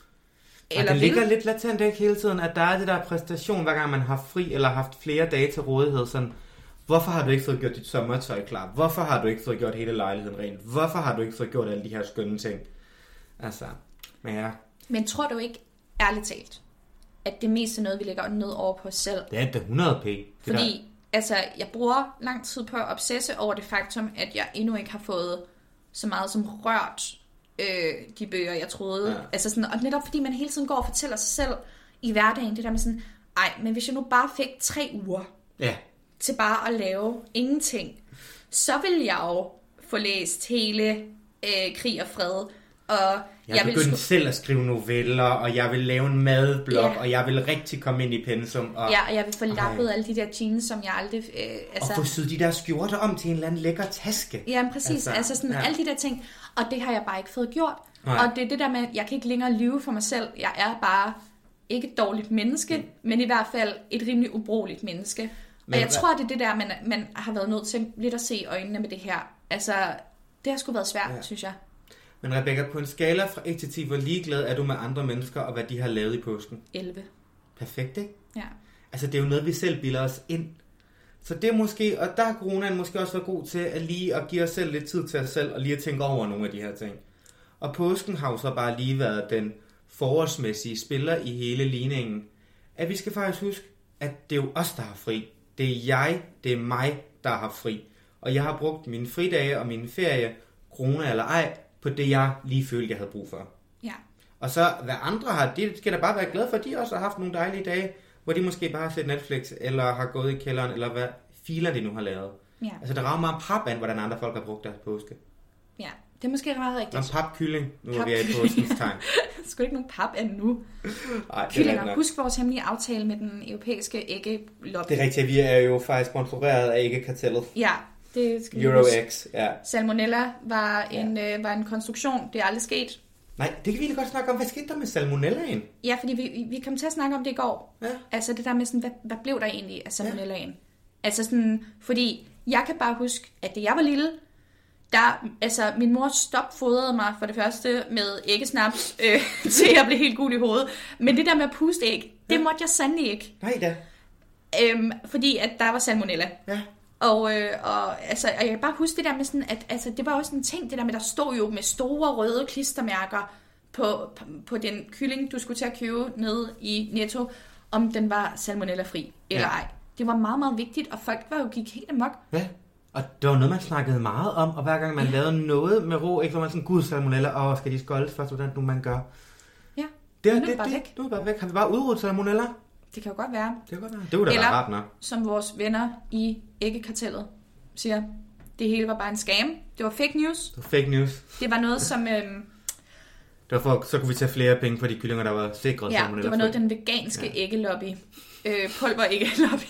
Eller det ligger lidt latent ikke hele tiden, at der er det der præstation, hver gang man har fri, eller haft flere dage til rådighed, sådan, hvorfor har du ikke fået gjort dit sommertøj klar? Hvorfor har du ikke fået gjort hele lejligheden rent? Hvorfor har du ikke fået gjort alle de her skønne ting? Altså, men ja. Men tror du ikke, ærligt talt, at det meste er noget, vi lægger ned over på os selv? Det er det hundrede p. Det Fordi, der. altså, jeg bruger lang tid på at obsesse over det faktum, at jeg endnu ikke har fået så meget som rørt øh, de bøger, jeg troede. Ja. Altså sådan, og netop fordi man hele tiden går og fortæller sig selv i hverdagen, det der med sådan, ej, men hvis jeg nu bare fik tre uger ja. til bare at lave ingenting, så vil jeg jo få læst hele øh, Krig og Fred. Og jeg, jeg begyndte sku... selv at skrive noveller, og jeg vil lave en madblog, ja. og jeg vil rigtig komme ind i pensum. Og... Ja, og jeg vil få lappet alle de der jeans, som jeg aldrig... Øh, altså... Og få syet de der skjorter om til en eller anden lækker taske. Ja, præcis. Altså, altså sådan ja. alle de der ting. Og det har jeg bare ikke fået gjort. Nej. Og det er det der med, jeg kan ikke længere lyve for mig selv. Jeg er bare ikke et dårligt menneske, mm. men i hvert fald et rimelig ubrugeligt menneske. Men, og jeg hvad? tror, det er det der, man, man har været nødt til lidt at se i øjnene med det her. Altså, det har sgu været svært, ja. synes jeg. Men Rebecca, på en skala fra et til ti, hvor ligeglad er du med andre mennesker, og hvad de har lavet i påsken? elleve. Perfekt, ikke? Ja. Altså, det er jo noget, vi selv bilder os ind. Så det er måske, og der har coronaen måske også været god til at lige at give os selv lidt tid til os selv, og lige at tænke over nogle af de her ting. Og påsken har jo så bare lige været den forårsmæssige spiller i hele ligningen. At vi skal faktisk huske, at det er jo os, der har fri. Det er jeg, det er mig, der har fri. Og jeg har brugt mine fridage og mine ferie, corona eller ej, på det, jeg lige følte, jeg havde brug for. Ja. Og så, hvad andre har, de skal da bare være glade for, at de også har haft nogle dejlige dage, hvor de måske bare har set Netflix, eller har gået i kælderen, eller hvad filer de nu har lavet. Ja. Altså, der rager meget pap an, hvordan andre folk har brugt deres påske. Ja, det er måske meget rigtigt. Og papkylling, nu er vi i påskens tegn. Skulle ikke nogen pap an nu? Ej, Kyllinger, husk vores hemmelige aftale med den europæiske æggelobby. Det er rigtigt, vi er jo faktisk sponsoreret af æggekartellet. Ja. Det skal Euroex, ja. Salmonella var en, ja. øh, var en konstruktion. Det er aldrig sket. Nej, det kan vi lige godt snakke om. Hvad skete der med salmonellaen? Ja, fordi vi, vi kom til at snakke om det i går. Ja. Altså det der med sådan, hvad, hvad blev der egentlig af salmonellaen? Ja. Altså sådan, fordi jeg kan bare huske, at da jeg var lille, der, altså min mor stopfodrede mig for det første med æggesnaps, øh, til jeg blev helt gul i hovedet. Men det der med at puste æg, ja. det måtte jeg sandelig ikke. Nej da. Øhm, fordi at der var salmonella. Ja. Og, øh, og, altså, og jeg kan bare huske det der med sådan, at altså, det var også en ting, det der med, der stod jo med store røde klistermærker på, på, på den kylling, du skulle til at købe nede i Netto, om den var salmonella-fri eller ja. ej. Det var meget, meget vigtigt, og folk var jo gik helt amok. Ja, og det var noget, man snakkede meget om, og hver gang man ja. lavede noget med rå, ikke, så var man sådan, gud, salmonella, og skal de skoldes først, hvordan nu man gør. Ja, det, nu er det, bare det, væk. Nu er det bare væk. Har vi bare udryddet salmonella? Det kan jo godt være. Det kan godt være. Det var da eller, rart nok. som vores venner i æggekartellet siger, det hele var bare en scam. Det var fake news. Det var fake news. Det var noget, som... Øhm, det var for, så kunne vi tage flere penge på de kyllinger, der var sikret. Ja, det var noget, den veganske ja. æggelobby, øh, pulver æggelobby,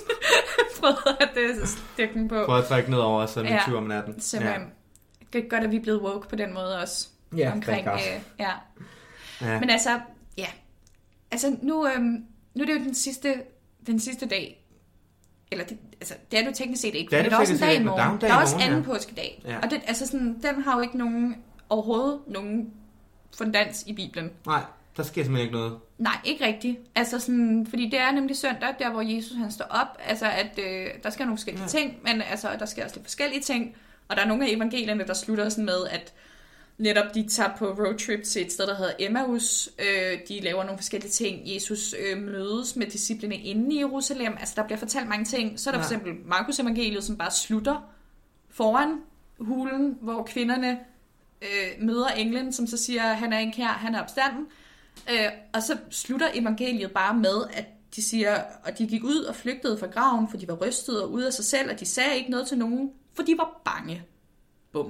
prøvede at øh, stikke den på. Prøvede at trække ned over os som ja. en tyv om natten. Simpelthen. Ja. Det er godt, at vi er blevet woke på den måde også. Ja, omkring, øh, ja. ja. Men altså, ja. Altså, nu, øhm, nu er det jo den sidste, den sidste dag. Eller, det, altså, det er det jo teknisk set ikke. Det er, det er også en dag i morgen. Der er også anden ja. påskedag. Ja. Og det, altså sådan, den har jo ikke nogen, overhovedet nogen fundans i Bibelen. Nej, der sker simpelthen ikke noget. Nej, ikke rigtigt. Altså sådan, fordi det er nemlig søndag, der hvor Jesus han står op. Altså, at øh, der sker nogle forskellige ja. ting, men altså, der sker også lidt forskellige ting. Og der er nogle af evangelierne, der slutter sådan med, at netop de tager på roadtrip til et sted, der hedder Emmaus. Øh, de laver nogle forskellige ting. Jesus øh, mødes med disciplene inde i Jerusalem. Altså, der bliver fortalt mange ting. Så er der ja. for eksempel Markus evangeliet, som bare slutter foran hulen, hvor kvinderne øh, møder englen, som så siger, han er en kær, han er opstanden. Øh, og så slutter evangeliet bare med, at de siger, og de gik ud og flygtede fra graven, for de var rystede og ude af sig selv, og de sagde ikke noget til nogen, for de var bange. Bum.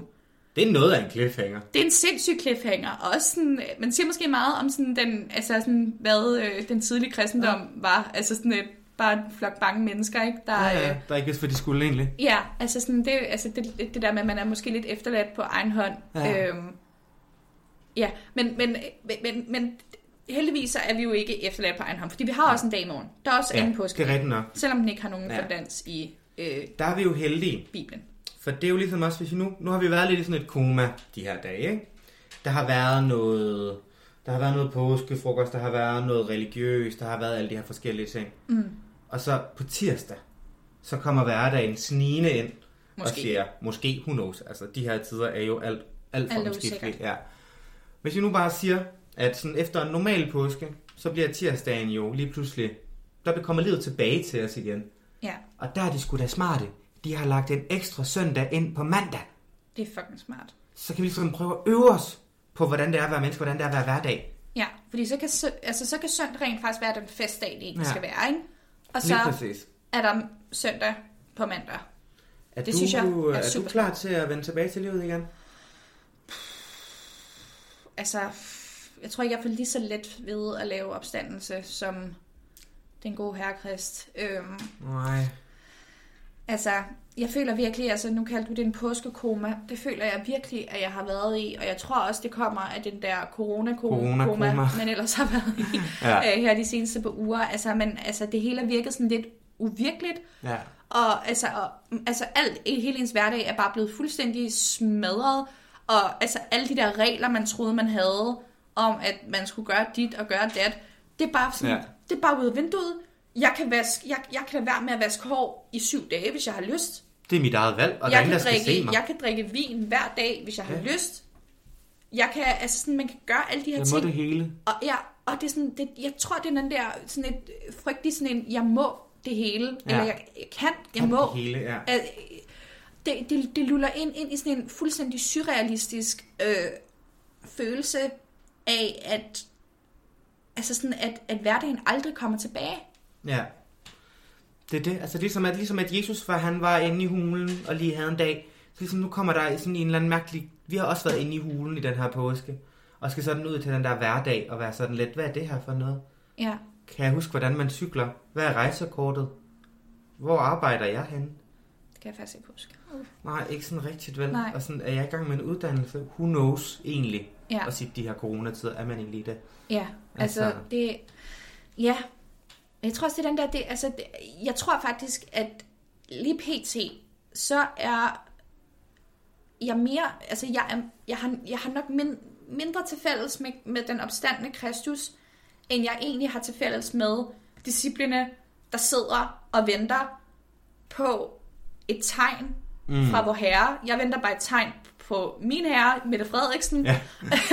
Det er noget af en cliffhanger. Det er en sindssyg cliffhanger. Og også sådan, man siger måske meget om sådan den, altså sådan, hvad øh, den tidlige kristendom ja. var. Altså sådan et, bare en flok bange mennesker, ikke? Der, ja, ja, der ikke vidste, hvad de skulle egentlig. Ja, altså, sådan, det, altså det, det der med, at man er måske lidt efterladt på egen hånd. Ja, øhm, ja men, men, men, men heldigvis er vi jo ikke efterladt på egen hånd, fordi vi har også en dag i morgen. Der er også ja, anden påske. Det er rigtigt nok. Selvom den ikke har nogen ja. fordans i øh, der er vi jo heldige. Bibelen. For det er jo ligesom også, hvis vi nu, nu har vi været lidt i sådan et koma de her dage, ikke? Der har været noget, der har været noget påskefrokost, der har været noget religiøst, der har været alle de her forskellige ting. Mm. Og så på tirsdag, så kommer hverdagen snigende ind måske. og siger, måske, who knows, altså de her tider er jo alt, alt for alt omskiftelige. Ja. Hvis vi nu bare siger, at sådan efter en normal påske, så bliver tirsdagen jo lige pludselig, der bliver kommet livet tilbage til os igen. Ja. Og der er de sgu da smarte. De har lagt en ekstra søndag ind på mandag. Det er fucking smart. Så kan vi ligesom prøve at øve os på, hvordan det er at være menneske, hvordan det er at være hverdag. Ja, fordi så kan, altså, så kan søndag rent faktisk være den festdag, det egentlig ja. skal være, ikke? Og så er der søndag på mandag. Er, det du, synes jeg er, er super du klar til at vende tilbage til livet igen? Altså, jeg tror ikke, jeg får lige så let ved at lave opstandelse, som den gode herre Krist. Øhm, Nej. Altså, jeg føler virkelig, altså nu kalder du det en påskekoma, det føler jeg virkelig, at jeg har været i, og jeg tror også, det kommer af den der corona-koma, corona man ellers har været i ja. øh, her de seneste par uger. Altså, men, altså, det hele har virket sådan lidt uvirkeligt, ja. og, altså, og altså, alt, hele ens hverdag er bare blevet fuldstændig smadret, og altså, alle de der regler, man troede, man havde, om at man skulle gøre dit og gøre dat, det er bare sådan, ja. det er bare ude af vinduet. Jeg kan, vaske, jeg, jeg kan lade være med at vaske hår i syv dage, hvis jeg har lyst. Det er mit eget valg, og jeg der er ingen, der skal drikke, se mig. Jeg kan drikke vin hver dag, hvis jeg ja. har lyst. Jeg kan, altså sådan, man kan gøre alle de her jeg ting. Jeg må det hele. Og, ja, og det er sådan, det, jeg tror, det er den der, sådan et frygtelig sådan en, jeg må det hele, ja. eller jeg, jeg kan, jeg kan må. Det hele, ja. At, det, det, det luller ind, ind i sådan en fuldstændig surrealistisk øh, følelse af, at, altså sådan, at, at hverdagen aldrig kommer tilbage. Ja. Det er det. Altså ligesom at, ligesom at Jesus var, han var inde i hulen og lige havde en dag. Så ligesom nu kommer der sådan en eller anden mærkelig... Vi har også været inde i hulen i den her påske. Og skal sådan ud til den der hverdag og være sådan lidt, hvad er det her for noget? Ja. Kan jeg huske, hvordan man cykler? Hvad er rejsekortet? Hvor arbejder jeg henne? Det kan jeg faktisk ikke huske. Uh. Nej, ikke sådan rigtigt vel. Nej. Og sådan, er jeg i gang med en uddannelse? Who knows egentlig? Ja. Og sige de her coronatider, er man egentlig i det? Ja, altså, altså det... Ja, jeg tror også, det er den der... Det, altså, det, jeg tror faktisk, at lige pt. Så er jeg mere... Altså, jeg, er, jeg, har, jeg har nok min, mindre til fælles med, med den opstandne Kristus, end jeg egentlig har til fælles med discipline, der sidder og venter på et tegn mm. fra vor Herre. Jeg venter bare et tegn på min herre, Mette Frederiksen, ja.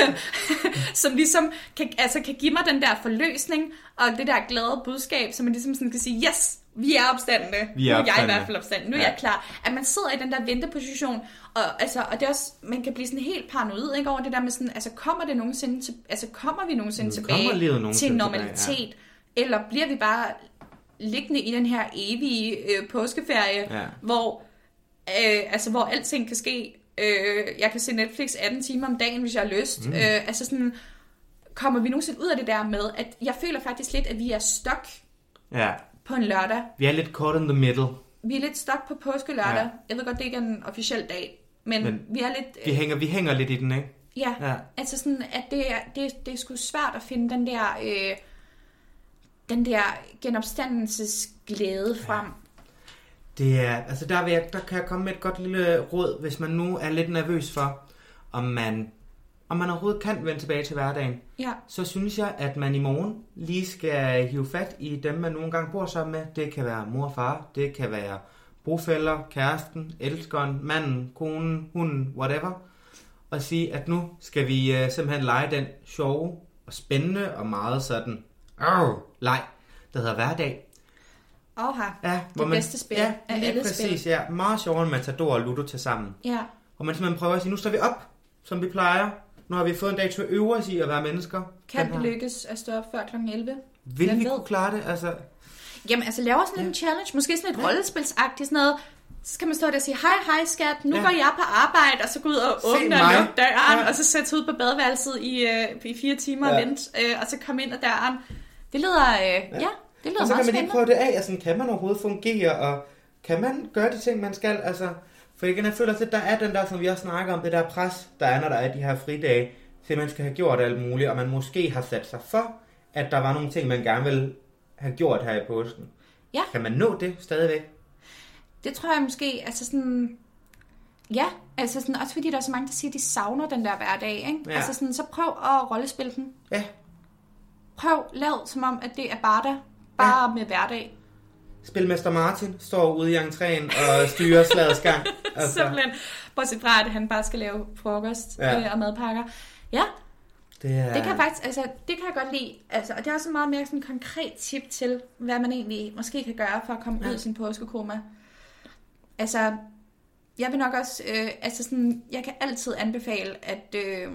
som ligesom kan, altså kan give mig den der forløsning, og det der glade budskab, som man ligesom sådan kan sige, yes, vi er opstandende. Vi er nu er opstandende. jeg i hvert fald opstandende. Nu er ja. jeg klar. At man sidder i den der venteposition, og, altså, og det er også, man kan blive sådan helt paranoid, ikke, over det der med sådan, altså kommer det nogensinde til, altså kommer vi nogensinde tilbage nogensinde til normalitet, tilbage, ja. eller bliver vi bare liggende i den her evige øh, påskeferie, ja. hvor, øh, altså, hvor alting kan ske. Øh, jeg kan se Netflix atten timer om dagen, hvis jeg har lyst. Mm. Øh, altså sådan, kommer vi nogensinde ud af det der med, at jeg føler faktisk lidt, at vi er stuck ja. på en lørdag. Vi er lidt caught in the middle. Vi er lidt stuck på påskelørdag. Ja. Jeg ved godt, det ikke er en officiel dag, men, men vi er lidt... Øh, vi, hænger, vi hænger lidt i den, ikke? Ja, ja. Altså sådan, at det er, det, det er sgu svært at finde den der, øh, den der genopstandelsesglæde frem. Ja. Det er, altså der, vil jeg, der kan jeg komme med et godt lille råd, hvis man nu er lidt nervøs for, om man, om man overhovedet kan vende tilbage til hverdagen. Ja. Så synes jeg, at man i morgen lige skal hive fat i dem, man nogle gange bor sammen med. Det kan være mor og far, det kan være bofæller, kæresten, elskeren, manden, konen, hunden, whatever. Og sige, at nu skal vi uh, simpelthen lege den sjove og spændende og meget sådan, åh, leg, der hedder hverdag. Oha, ja, det man, bedste spil ja, af alle præcis, spil. Ja, meget sjovere end Matador og Ludo til sammen. Ja. Og man simpelthen prøver at sige, nu står vi op, som vi plejer. Nu har vi fået en dag til at øve os i at være mennesker. Kan det lykkes at stå op før klokken elleve? Vil vi kunne klare det? Altså... Jamen, altså laver sådan ja. en challenge, måske sådan et ja. rollespilsagtigt, sådan noget. Så skal man stå der og sige, hej, hej skat, nu ja. går jeg på arbejde, og så gå ud og åbne og lukke døren, ja. og så sætte sig ud på badeværelset i, øh, i fire timer ja. og vente, øh, og så komme ind ad døren. Det lyder, øh, ja. ja, det lyder og så meget kan man lige prøve det af, altså kan man overhovedet fungere, og kan man gøre de ting, man skal, altså, for igen, jeg føler, at der er den der, som vi også snakker om, det der pres, der er, når der er de her fridage, til at man skal have gjort alt muligt, og man måske har sat sig for, at der var nogle ting, man gerne vil have gjort her i påsken. Ja. Kan man nå det stadigvæk? Det tror jeg måske, altså sådan, ja, altså sådan, også fordi der er så mange, der siger, at de savner den der hverdag, ikke? Ja. Altså sådan, så prøv at rollespille den. Ja. Prøv, lav som om, at det er bare der, bare ja. med hverdag. Spilmester Martin står ude i entréen og styrer slagets gang. Altså. Simpelthen, bortset fra, at han bare skal lave frokost ja. øh, og madpakker. Ja, det, er... det kan faktisk, altså, det kan jeg godt lide, altså, og det er også en meget mere sådan konkret tip til, hvad man egentlig måske kan gøre for at komme ja. ud af sin påskekoma. Altså, jeg vil nok også, øh, altså sådan, jeg kan altid anbefale, at, øh,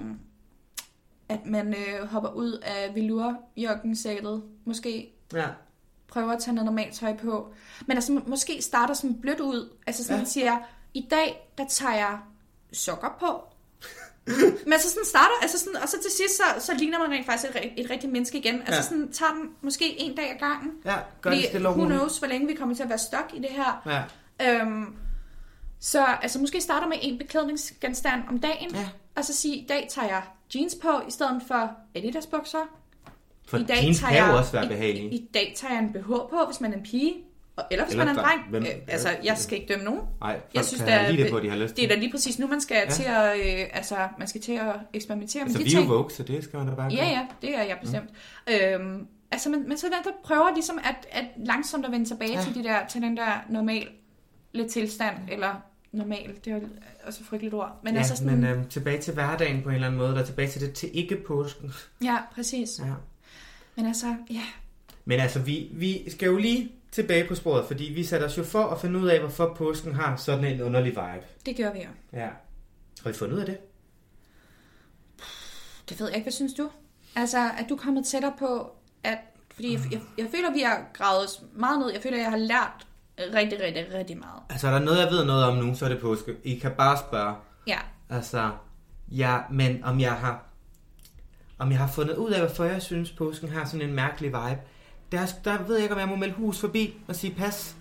at man øh, hopper ud af velour-jakkensættet, måske. Ja. Prøver at tage noget normalt tøj på. Men altså, måske starter sådan blødt ud. Altså sådan, ja. siger, i dag, der tager jeg sokker på. Men så sådan starter, altså sådan, og så til sidst, så, så ligner man rent faktisk et, et rigtigt menneske igen. Altså ja. sådan, tager den måske en dag ad gangen. Ja, gør det stille og roligt. Who knows, hvor længe vi kommer til at være stok i det her. Ja. Øhm, så altså, måske starter med en beklædningsgenstand om dagen. Ja. Og så sige, i dag tager jeg jeans på, i stedet for Adidas bukser. For I dag jeans kan jo også være behagelige. I, I dag tager jeg en B H på, hvis man er en pige. Eller hvis eller man er en dreng. Hvem, øh, altså, jeg skal ikke dømme nogen. Nej, jeg synes, kan der, lide det på, de har lyst det er da lige præcis nu, man skal ja. til at, øh, altså, man skal til at eksperimentere altså, med de ting. ting. Altså, vi er jo Vogue, så det skal man da bare gøre. Ja, ja, det er jeg bestemt. Mm. Øhm, altså, men, men så der, der prøver ligesom at, at langsomt at vende tilbage ja. til, de der, til den der normale tilstand, eller normal, det er også et frygteligt ord. Men, ja, altså sådan, men øhm, tilbage til hverdagen på en eller anden måde, der tilbage til det til ikke-påsken. Ja, præcis. Ja. Men altså, ja. Men altså, vi, vi skal jo lige tilbage på sporet, fordi vi satte os jo for at finde ud af, hvorfor påsken har sådan en underlig vibe. Det gør vi jo. Ja. Har vi fundet ud af det? Det ved jeg ikke. Hvad synes du? Altså, at du er kommet tættere på, at... Fordi jeg, jeg, jeg føler, at vi har gravet meget ned. Jeg føler, at jeg har lært rigtig, rigtig, rigtig meget. Altså, er der noget, jeg ved noget om nu, så er det påske. I kan bare spørge. Ja. Altså, ja, men om jeg har... Om jeg har fundet ud af, hvorfor jeg synes, påsken har sådan en mærkelig vibe. Der, der ved jeg ikke, om jeg må melde hus forbi og sige pas.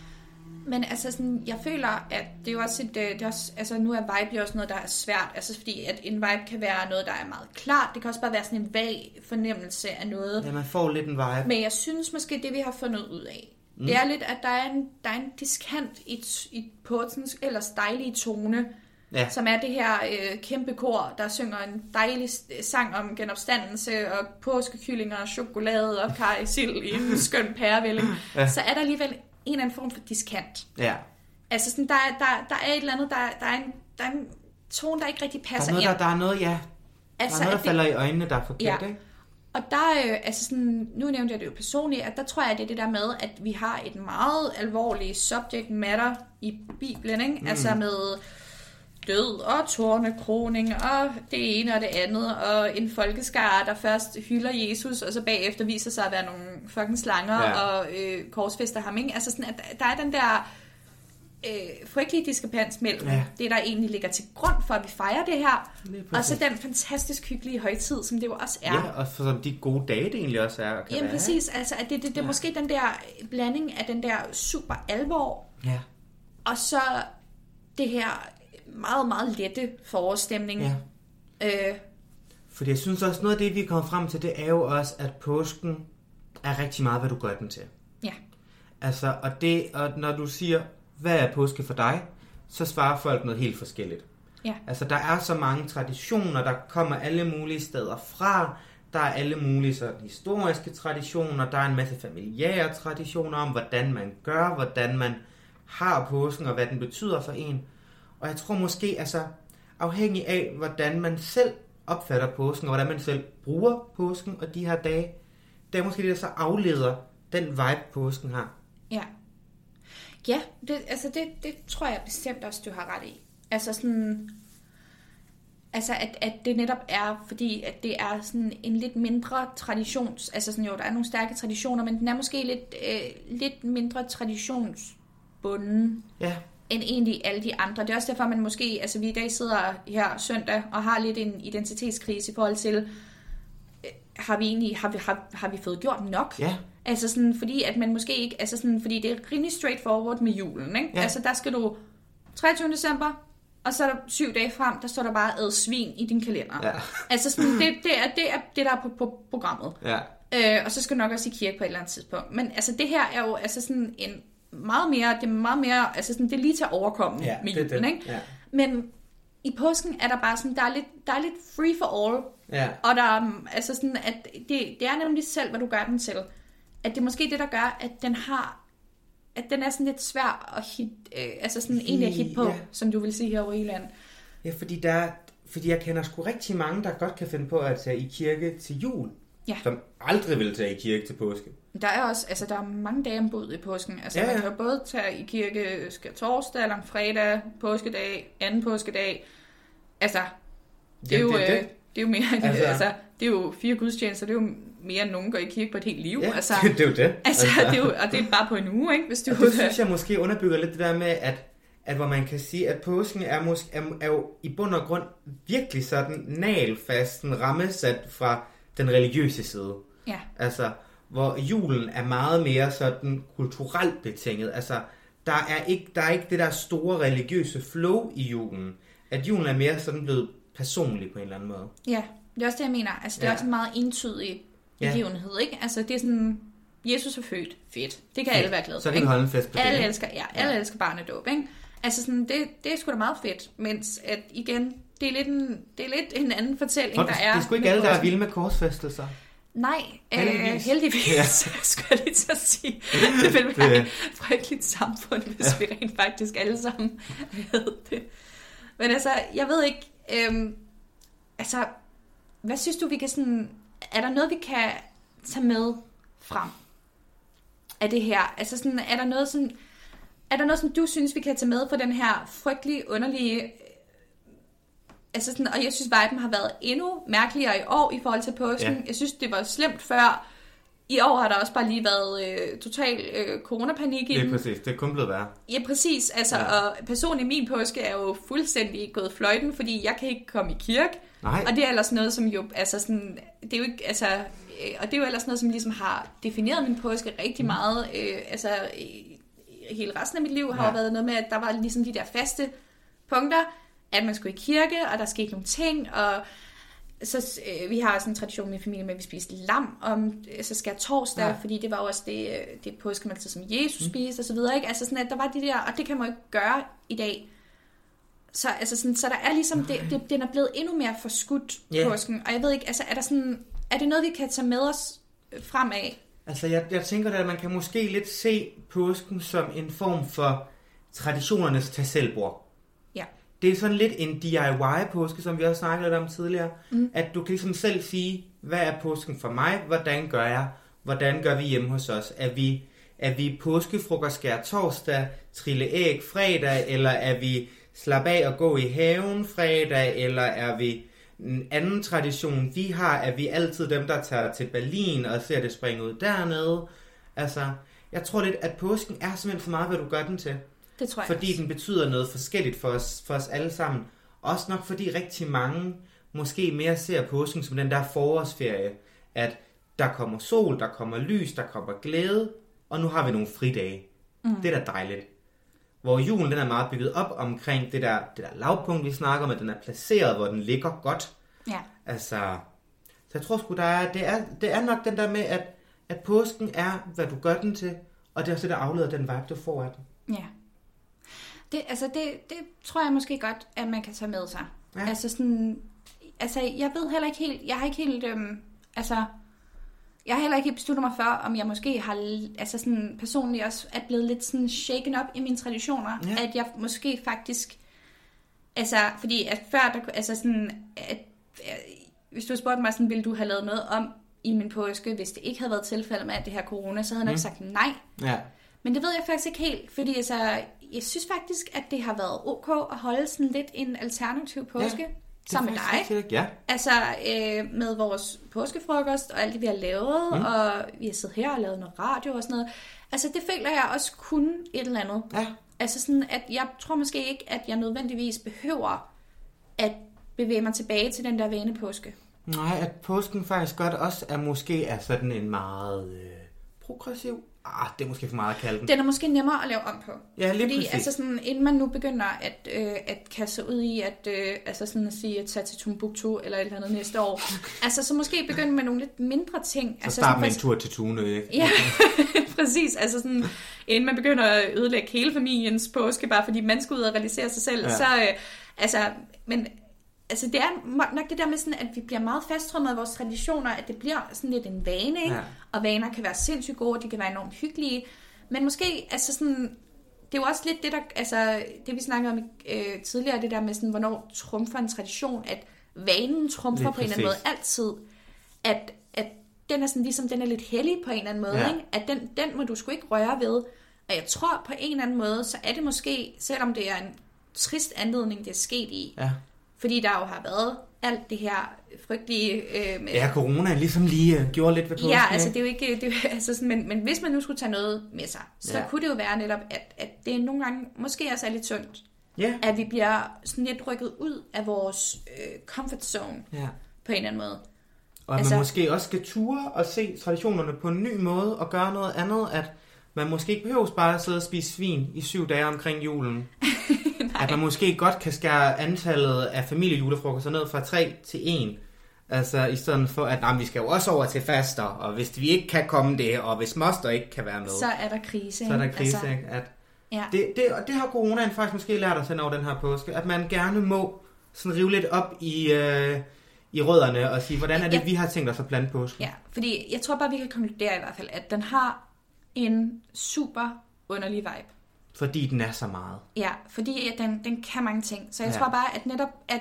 Men altså, sådan, jeg føler, at det er jo også et... Det er også, altså, nu er vibe jo også noget, der er svært. Altså, fordi at en vibe kan være noget, der er meget klart. Det kan også bare være sådan en vag fornemmelse af noget. Ja, man får lidt en vibe. Men jeg synes måske, det vi har fundet ud af, mm. det er lidt, at der er en, der er en diskant i, i Påskens ellers dejlige tone, ja. Som er det her øh, kæmpe kor, der synger en dejlig sang om genopstandelse og påskekyllinger og chokolade og karisil i en skøn pærevælling. Ja. Så er der alligevel en eller anden form for diskant. Ja. Altså sådan, der, er, der, der er et eller andet, der, der, er en, der er en tone, der ikke rigtig passer der er noget, ind. Der, der er noget, ja. Altså, der er noget, der falder det, i øjnene, der er forkert, ja. Ikke? Og der, øh, altså sådan, nu nævnte jeg det jo personligt, at der tror jeg, at det er det der med, at vi har et meget alvorligt subject matter i Bibelen, ikke? Mm. Altså med død og tårnekroning og det ene og det andet, og en folkeskare, der først hylder Jesus, og så bagefter viser sig at være nogle fucking slanger, ja. og øh, korsfester ham, ikke? Altså sådan, at der er den der øh, frygtelige diskrepans mellem ja. det, der egentlig ligger til grund for, at vi fejrer det her, og så den fantastisk hyggelige højtid, som det jo også er. Ja, og for de gode dage, det egentlig også er. Jamen være. Præcis, altså at det, det, det er ja. måske den der blanding af den der super alvor, ja. og så det her meget, meget lette forårsstemning. Ja. Øh. Fordi jeg synes også, noget af det, vi er kommet frem til, det er jo også, at påsken er rigtig meget, hvad du gør den til. Ja. Altså, og, det, og når du siger, hvad er påske for dig, så svarer folk noget helt forskelligt. Ja. Altså, der er så mange traditioner, der kommer alle mulige steder fra. Der er alle mulige sådan historiske traditioner. Der er en masse familiære traditioner om, hvordan man gør, hvordan man har påsken, og hvad den betyder for en. Og jeg tror måske, altså afhængig af, hvordan man selv opfatter påsken, og hvordan man selv bruger påsken og de her dage, det er måske det, der så afleder den vibe, påsken har. Ja, ja det, altså det, det tror jeg bestemt også, du har ret i. Altså sådan, altså at, at det netop er, fordi at det er sådan en lidt mindre traditions, altså sådan jo, der er nogle stærke traditioner, men den er måske lidt, øh, lidt mindre traditionsbunden. Ja. end egentlig alle de andre. Det er også derfor, man måske, altså vi i dag sidder her søndag og har lidt en identitetskrise i forhold til, har vi egentlig, har vi, har, har vi fået gjort nok? Ja. Altså sådan, fordi at man måske ikke, altså sådan, fordi det er rimelig straightforward med julen, ikke? Ja. Altså der skal du treogtyvende december, og så er der syv dage frem, der står der bare ad svin i din kalender. Ja. Altså sådan, det, det, er, det er det, der er på, på programmet. Ja. Øh, og så skal du nok også i kirke på et eller andet tidspunkt. Men altså det her er jo altså sådan en meget mere, det er meget mere, altså sådan, det er lige til at overkomme Ja, med det er julen, det. ikke? Ja. Men i påsken er der bare sådan, der er lidt, der er lidt free for all. Ja. Og der er, altså sådan, at det, det er nemlig selv, hvad du gør den til. At det er måske det, der gør, at den har, at den er sådan lidt svær at hit, øh, altså sådan egentlig at hit på, Ja. som du vil sige her over i landet. Ja, fordi, der, fordi jeg kender sgu rigtig mange, der godt kan finde på at tage i kirke til jul. Ja. Som aldrig vil tage i kirke til påske. Der er også, altså der er mange dage om bud i påsken. Altså Ja, ja. man kan jo både tage i kirke skærtorsdag, eller fredag, påskedag, anden påskedag. Altså, det er, Jamen, jo, det er det. øh, det er jo mere, Altså- altså, altså, det er jo fire gudstjenester, det er jo mere end nogen går i kirke på et helt liv. Ja, altså, det er jo det. altså, det er jo, og det er bare på en uge, ikke? Hvis du, Og det synes jeg måske underbygger lidt det der med, at, at hvor man kan sige, at påsken er, måske, er, er jo i bund og grund virkelig sådan nalfasten rammesat fra den religiøse side. Ja. Altså, hvor julen er meget mere sådan kulturelt betinget. Altså, der er ikke, der er ikke det der store religiøse flow i julen. At julen er mere sådan blevet personlig på en eller anden måde. Ja, det er også det, jeg mener. Altså, det er Ja. også en meget entydig Ja. begivenhed, ikke? Altså, det er sådan, Jesus er født. Fedt. Det kan alle være glade for, Så kan ikke? vi holde en fest på Alle det. elsker, ja, alle ja. elsker barnedåb, ikke? Altså sådan, det, det er sgu da meget fedt, mens at igen, det er lidt en, det er lidt en anden fortælling, For der det, er. det er sgu ikke med alle, der er påsken. vilde med korsfæstelser. Nej, Heldigvis. heldigvis, øh, heldigvis Ja. ja. skulle jeg lige til at sige. Det ville være et frygteligt samfund, hvis ja. vi rent faktisk alle sammen havde det. Men altså, jeg ved ikke, øhm, altså, hvad synes du, vi kan sådan, er der noget, vi kan tage med frem af det her? Altså sådan, er der noget sådan, er der noget, som du synes, vi kan tage med fra den her frygtelige, underlige, øh, altså sådan, og jeg synes, viben har været endnu mærkeligere i år i forhold til påsken. Ja. Jeg synes, det var slemt før. I år har der også bare lige været øh, total øh, coronapanik i Det er den. præcis, det er kun blevet værre. Ja, præcis. Altså, Ja. ja. Og personligt min påske er jo fuldstændig gået fløjten, fordi jeg kan ikke komme i kirke. Nej. Og det er ellers noget, som jo, altså sådan, det er jo ikke, altså, øh, og det er jo ellers noget, som ligesom har defineret min påske rigtig Mm. meget. Øh, altså, øh, hele resten af mit liv har Ja. jo været noget med, at der var ligesom de der faste punkter, at man skulle i kirke, og der skete nogle ting, og så øh, vi har sådan en tradition i min familie med, at vi spiste lam om så skal torsdag, Ja. ja. fordi det var jo også det, øh, det påskemåltid, som Jesus mm. spiste og så videre, ikke? Altså sådan, at der var de der, og det kan man jo ikke gøre i dag. Så, altså sådan, så der er ligesom, det, det, den er blevet endnu mere forskudt Ja. påsken, og jeg ved ikke, altså er der sådan, er det noget, vi kan tage med os fremad? Altså, jeg, jeg tænker, at man kan måske lidt se påsken som en form for traditionernes tag selvbord. Ja. Det er sådan lidt en D I Y-påske, som vi også snakkede lidt om tidligere. Mm. At du kan ligesom selv sige, hvad er påsken for mig? Hvordan gør jeg? Hvordan gør vi hjemme hos os? Er vi, er vi påskefrokost skær torsdag, trille æg fredag, eller er vi slap af og gå i haven fredag, eller er vi en anden tradition, vi har, er vi altid dem, der tager til Berlin og ser det springe ud dernede? Altså, jeg tror lidt, at påsken er simpelthen for meget, hvad du gør den til. Det tror jeg Fordi også. den betyder noget forskelligt for os, for os alle sammen. Også nok fordi rigtig mange måske mere ser påsken som den der forårsferie. At der kommer sol, der kommer lys, der kommer glæde, og nu har vi nogle fridage. Mm. Det er da dejligt. Hvor julen den er meget bygget op omkring det der, det der lavpunkt, vi snakker om, at den er placeret, hvor den ligger godt. Ja. Altså, så jeg tror sgu, der er, det, er, det er nok den der med, at, at påsken er, hvad du gør den til, og det er også det, der afleder den vibe, du får af den. Ja. Det, altså det, det tror jeg måske godt, at man kan tage med sig. Ja. Altså sådan, altså jeg ved heller ikke helt, jeg har ikke helt, øhm, altså, jeg har heller ikke besluttet mig for, om jeg måske har, altså sådan personligt også er blevet lidt sådan shaken up i mine traditioner, Ja. at jeg måske faktisk, altså, fordi at før, der, altså sådan, at, at hvis du havde spurgt mig sådan, ville du have lavet noget om i min påske, hvis det ikke havde været tilfældet med alt det her corona, så havde jeg nok Mm. sagt nej. Ja. Men det ved jeg faktisk ikke helt, fordi altså, jeg synes faktisk, at det har været ok at holde sådan lidt en alternativ påske Ja, sammen med dig. Rigtig, ja. Altså øh, med vores påskefrokost og alt det, vi har lavet, mm. og vi har siddet her og lavet noget radio og sådan noget. Altså det føler jeg også kunne et eller andet. Ja. Altså sådan, at jeg tror måske ikke, at jeg nødvendigvis behøver at bevæge mig tilbage til den der vanepåske. Nej, at påsken faktisk godt også er måske er sådan en meget øh, progressiv. Ah, det er måske for meget at kalde den. Den er måske nemmere at lave om på. Ja, lige Fordi præcis. altså sådan, inden man nu begynder at, øh, at kaste sig ud i at, øh, altså sådan at sige, at tage til Timbuktu eller et eller andet næste år, altså så måske begynde med nogle lidt mindre ting. Så altså, start med en tur til Tunø, ikke? Ja, præcis. Altså sådan, inden man begynder at ødelægge hele familiens påske, bare fordi man skal ud og realisere sig selv, ja. så øh, altså, men altså det er nok det der med sådan, at vi bliver meget fasttrømmet af vores traditioner, at det bliver sådan lidt en vane, ikke? Ja. Og vaner kan være sindssygt gode, de kan være enormt hyggelige, men måske, altså sådan, det er jo også lidt det der, altså det vi snakkede om øh, tidligere, det der med sådan, hvornår trumfer en tradition, at vanen trumfer på en eller anden måde altid, at, at den er sådan ligesom, den er lidt hellig på en eller anden måde, ja. Ikke? At den, den må du sgu ikke røre ved, og jeg tror på en eller anden måde, så er det måske, selvom det er en trist anledning, det er sket i, ja. Fordi der jo har været alt det her frygtelige... Øh, med, ja, corona ligesom lige uh, gjorde lidt ved påsken. Ja, altså det er jo ikke... Det er jo, altså sådan, men, men hvis man nu skulle tage noget med sig, så ja. Kunne det jo være netop, at, at det nogle gange måske også er lidt sundt. Ja. At vi bliver sådan lidt rykket ud af vores øh, comfort zone ja. På en eller anden måde. Og at altså, man måske også skal ture og se traditionerne på en ny måde og gøre noget andet, at man måske ikke behøver bare at sidde og spise svin i syv dage omkring julen. At man måske godt kan skære antallet af familiejulefrokoster ned fra tre til en. Altså i stedet for, at nej, vi skal jo også over til faster, og hvis vi ikke kan komme det, og hvis moster ikke kan være med, så er der krise. Så er der krise, altså, ikke? At ja. det, det, det har coronaen faktisk måske lært os hen over den her påske, at man gerne må sådan rive lidt op i, øh, i rødderne og sige, hvordan er det, ja. Vi har tænkt os at plante påsken. Ja, fordi jeg tror bare, vi kan konkludere i hvert fald, at den har en super underlig vibe. Fordi den er så meget. Ja, fordi den, den kan mange ting. Så jeg ja. Tror bare, at netop, at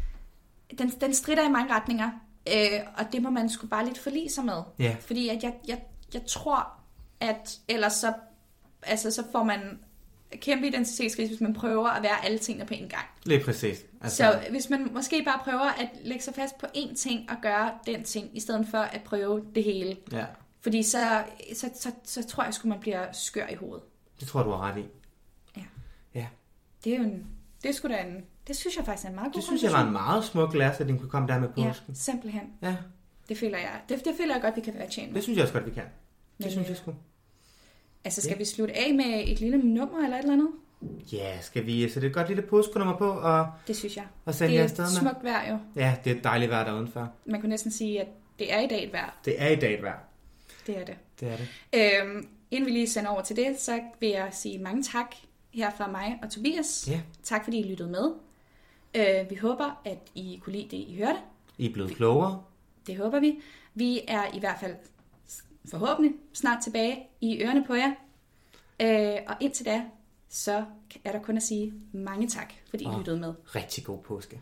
den, den stritter i mange retninger, øh, og det må man sgu bare lidt forlige sig med. Ja. Fordi at jeg, jeg, jeg tror, at ellers så, altså, så får man kæmpe identitetskrise, hvis man prøver at være alle tingene på en gang. Lige præcis. Altså... Så hvis man måske bare prøver at lægge sig fast på én ting og gøre den ting, i stedet for at prøve det hele. Ja. Fordi så, så, så, så tror jeg sgu, man bliver skør i hovedet. Det tror du har ret i. Ja. Ja. Det er jo en, det er sgu da en, det synes jeg faktisk er en meget god Det synes jeg var en meget smuk lærersætning, kunne komme der med påsken. Ja, simpelthen. Ja. Det føler jeg, det, det føler jeg godt, vi kan være tjent med. Det synes jeg også godt, vi kan. Det Men, synes jeg sgu. Altså, skal ja. Vi slutte af med et lille nummer eller et eller andet? Ja, skal vi sætte et godt lille påskenummer på? Og, det synes jeg. Og sende det er afsted et med? Smukt vejr jo. Ja, det er et dejligt vejr der udenfor. Man kunne næsten sige, at det er i dag et vejr. Det er i dag et vejr. Det er det. Det er det. Øhm, inden vi lige sender over til det, så vil jeg sige mange tak her fra mig og Tobias. Ja. Tak fordi I lyttede med. Øh, vi håber, at I kunne lide det, I hørte. I er blevet klogere. Det håber vi. Vi er i hvert fald forhåbentlig snart tilbage i ørerne på jer. Øh, og indtil da, så er der kun at sige mange tak, fordi I lyttede med. Rigtig god påske.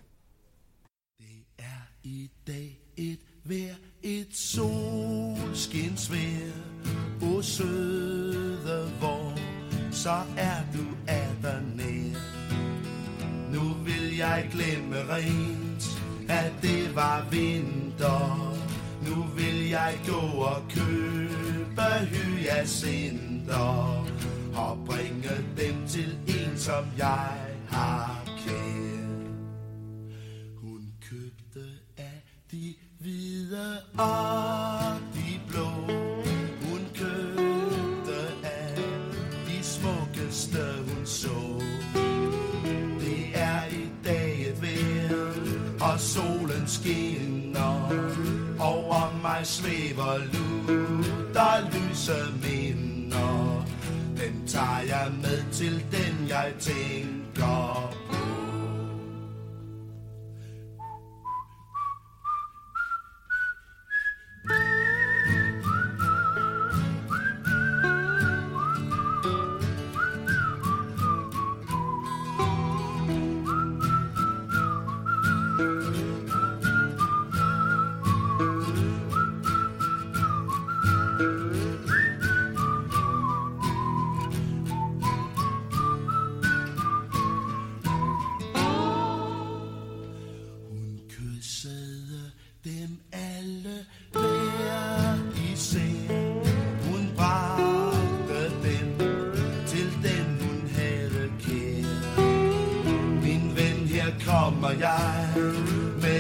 Det er i dag et vejr, et solskinsvejr. O søde vor, så er du atter nær. Nu vil jeg glemme rent, at det var vinter. Nu vil jeg gå og købe hyacinter og bringe dem til en, som jeg har kær. Hun købte af de hvide og de blå. Hun købte af de smukkeste, hun så. Det er i dag et vejr, og solen skinner. Over mig svæver lutter lyse minder. Den tager jeg med til den, jeg tænker på. Dem alle hver især. Hun bragte dem til den, hun havde med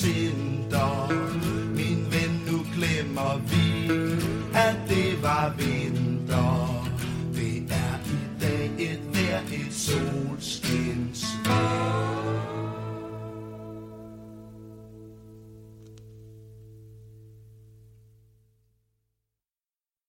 hyacinter. Min ven, nu glemmer vi, at det var vi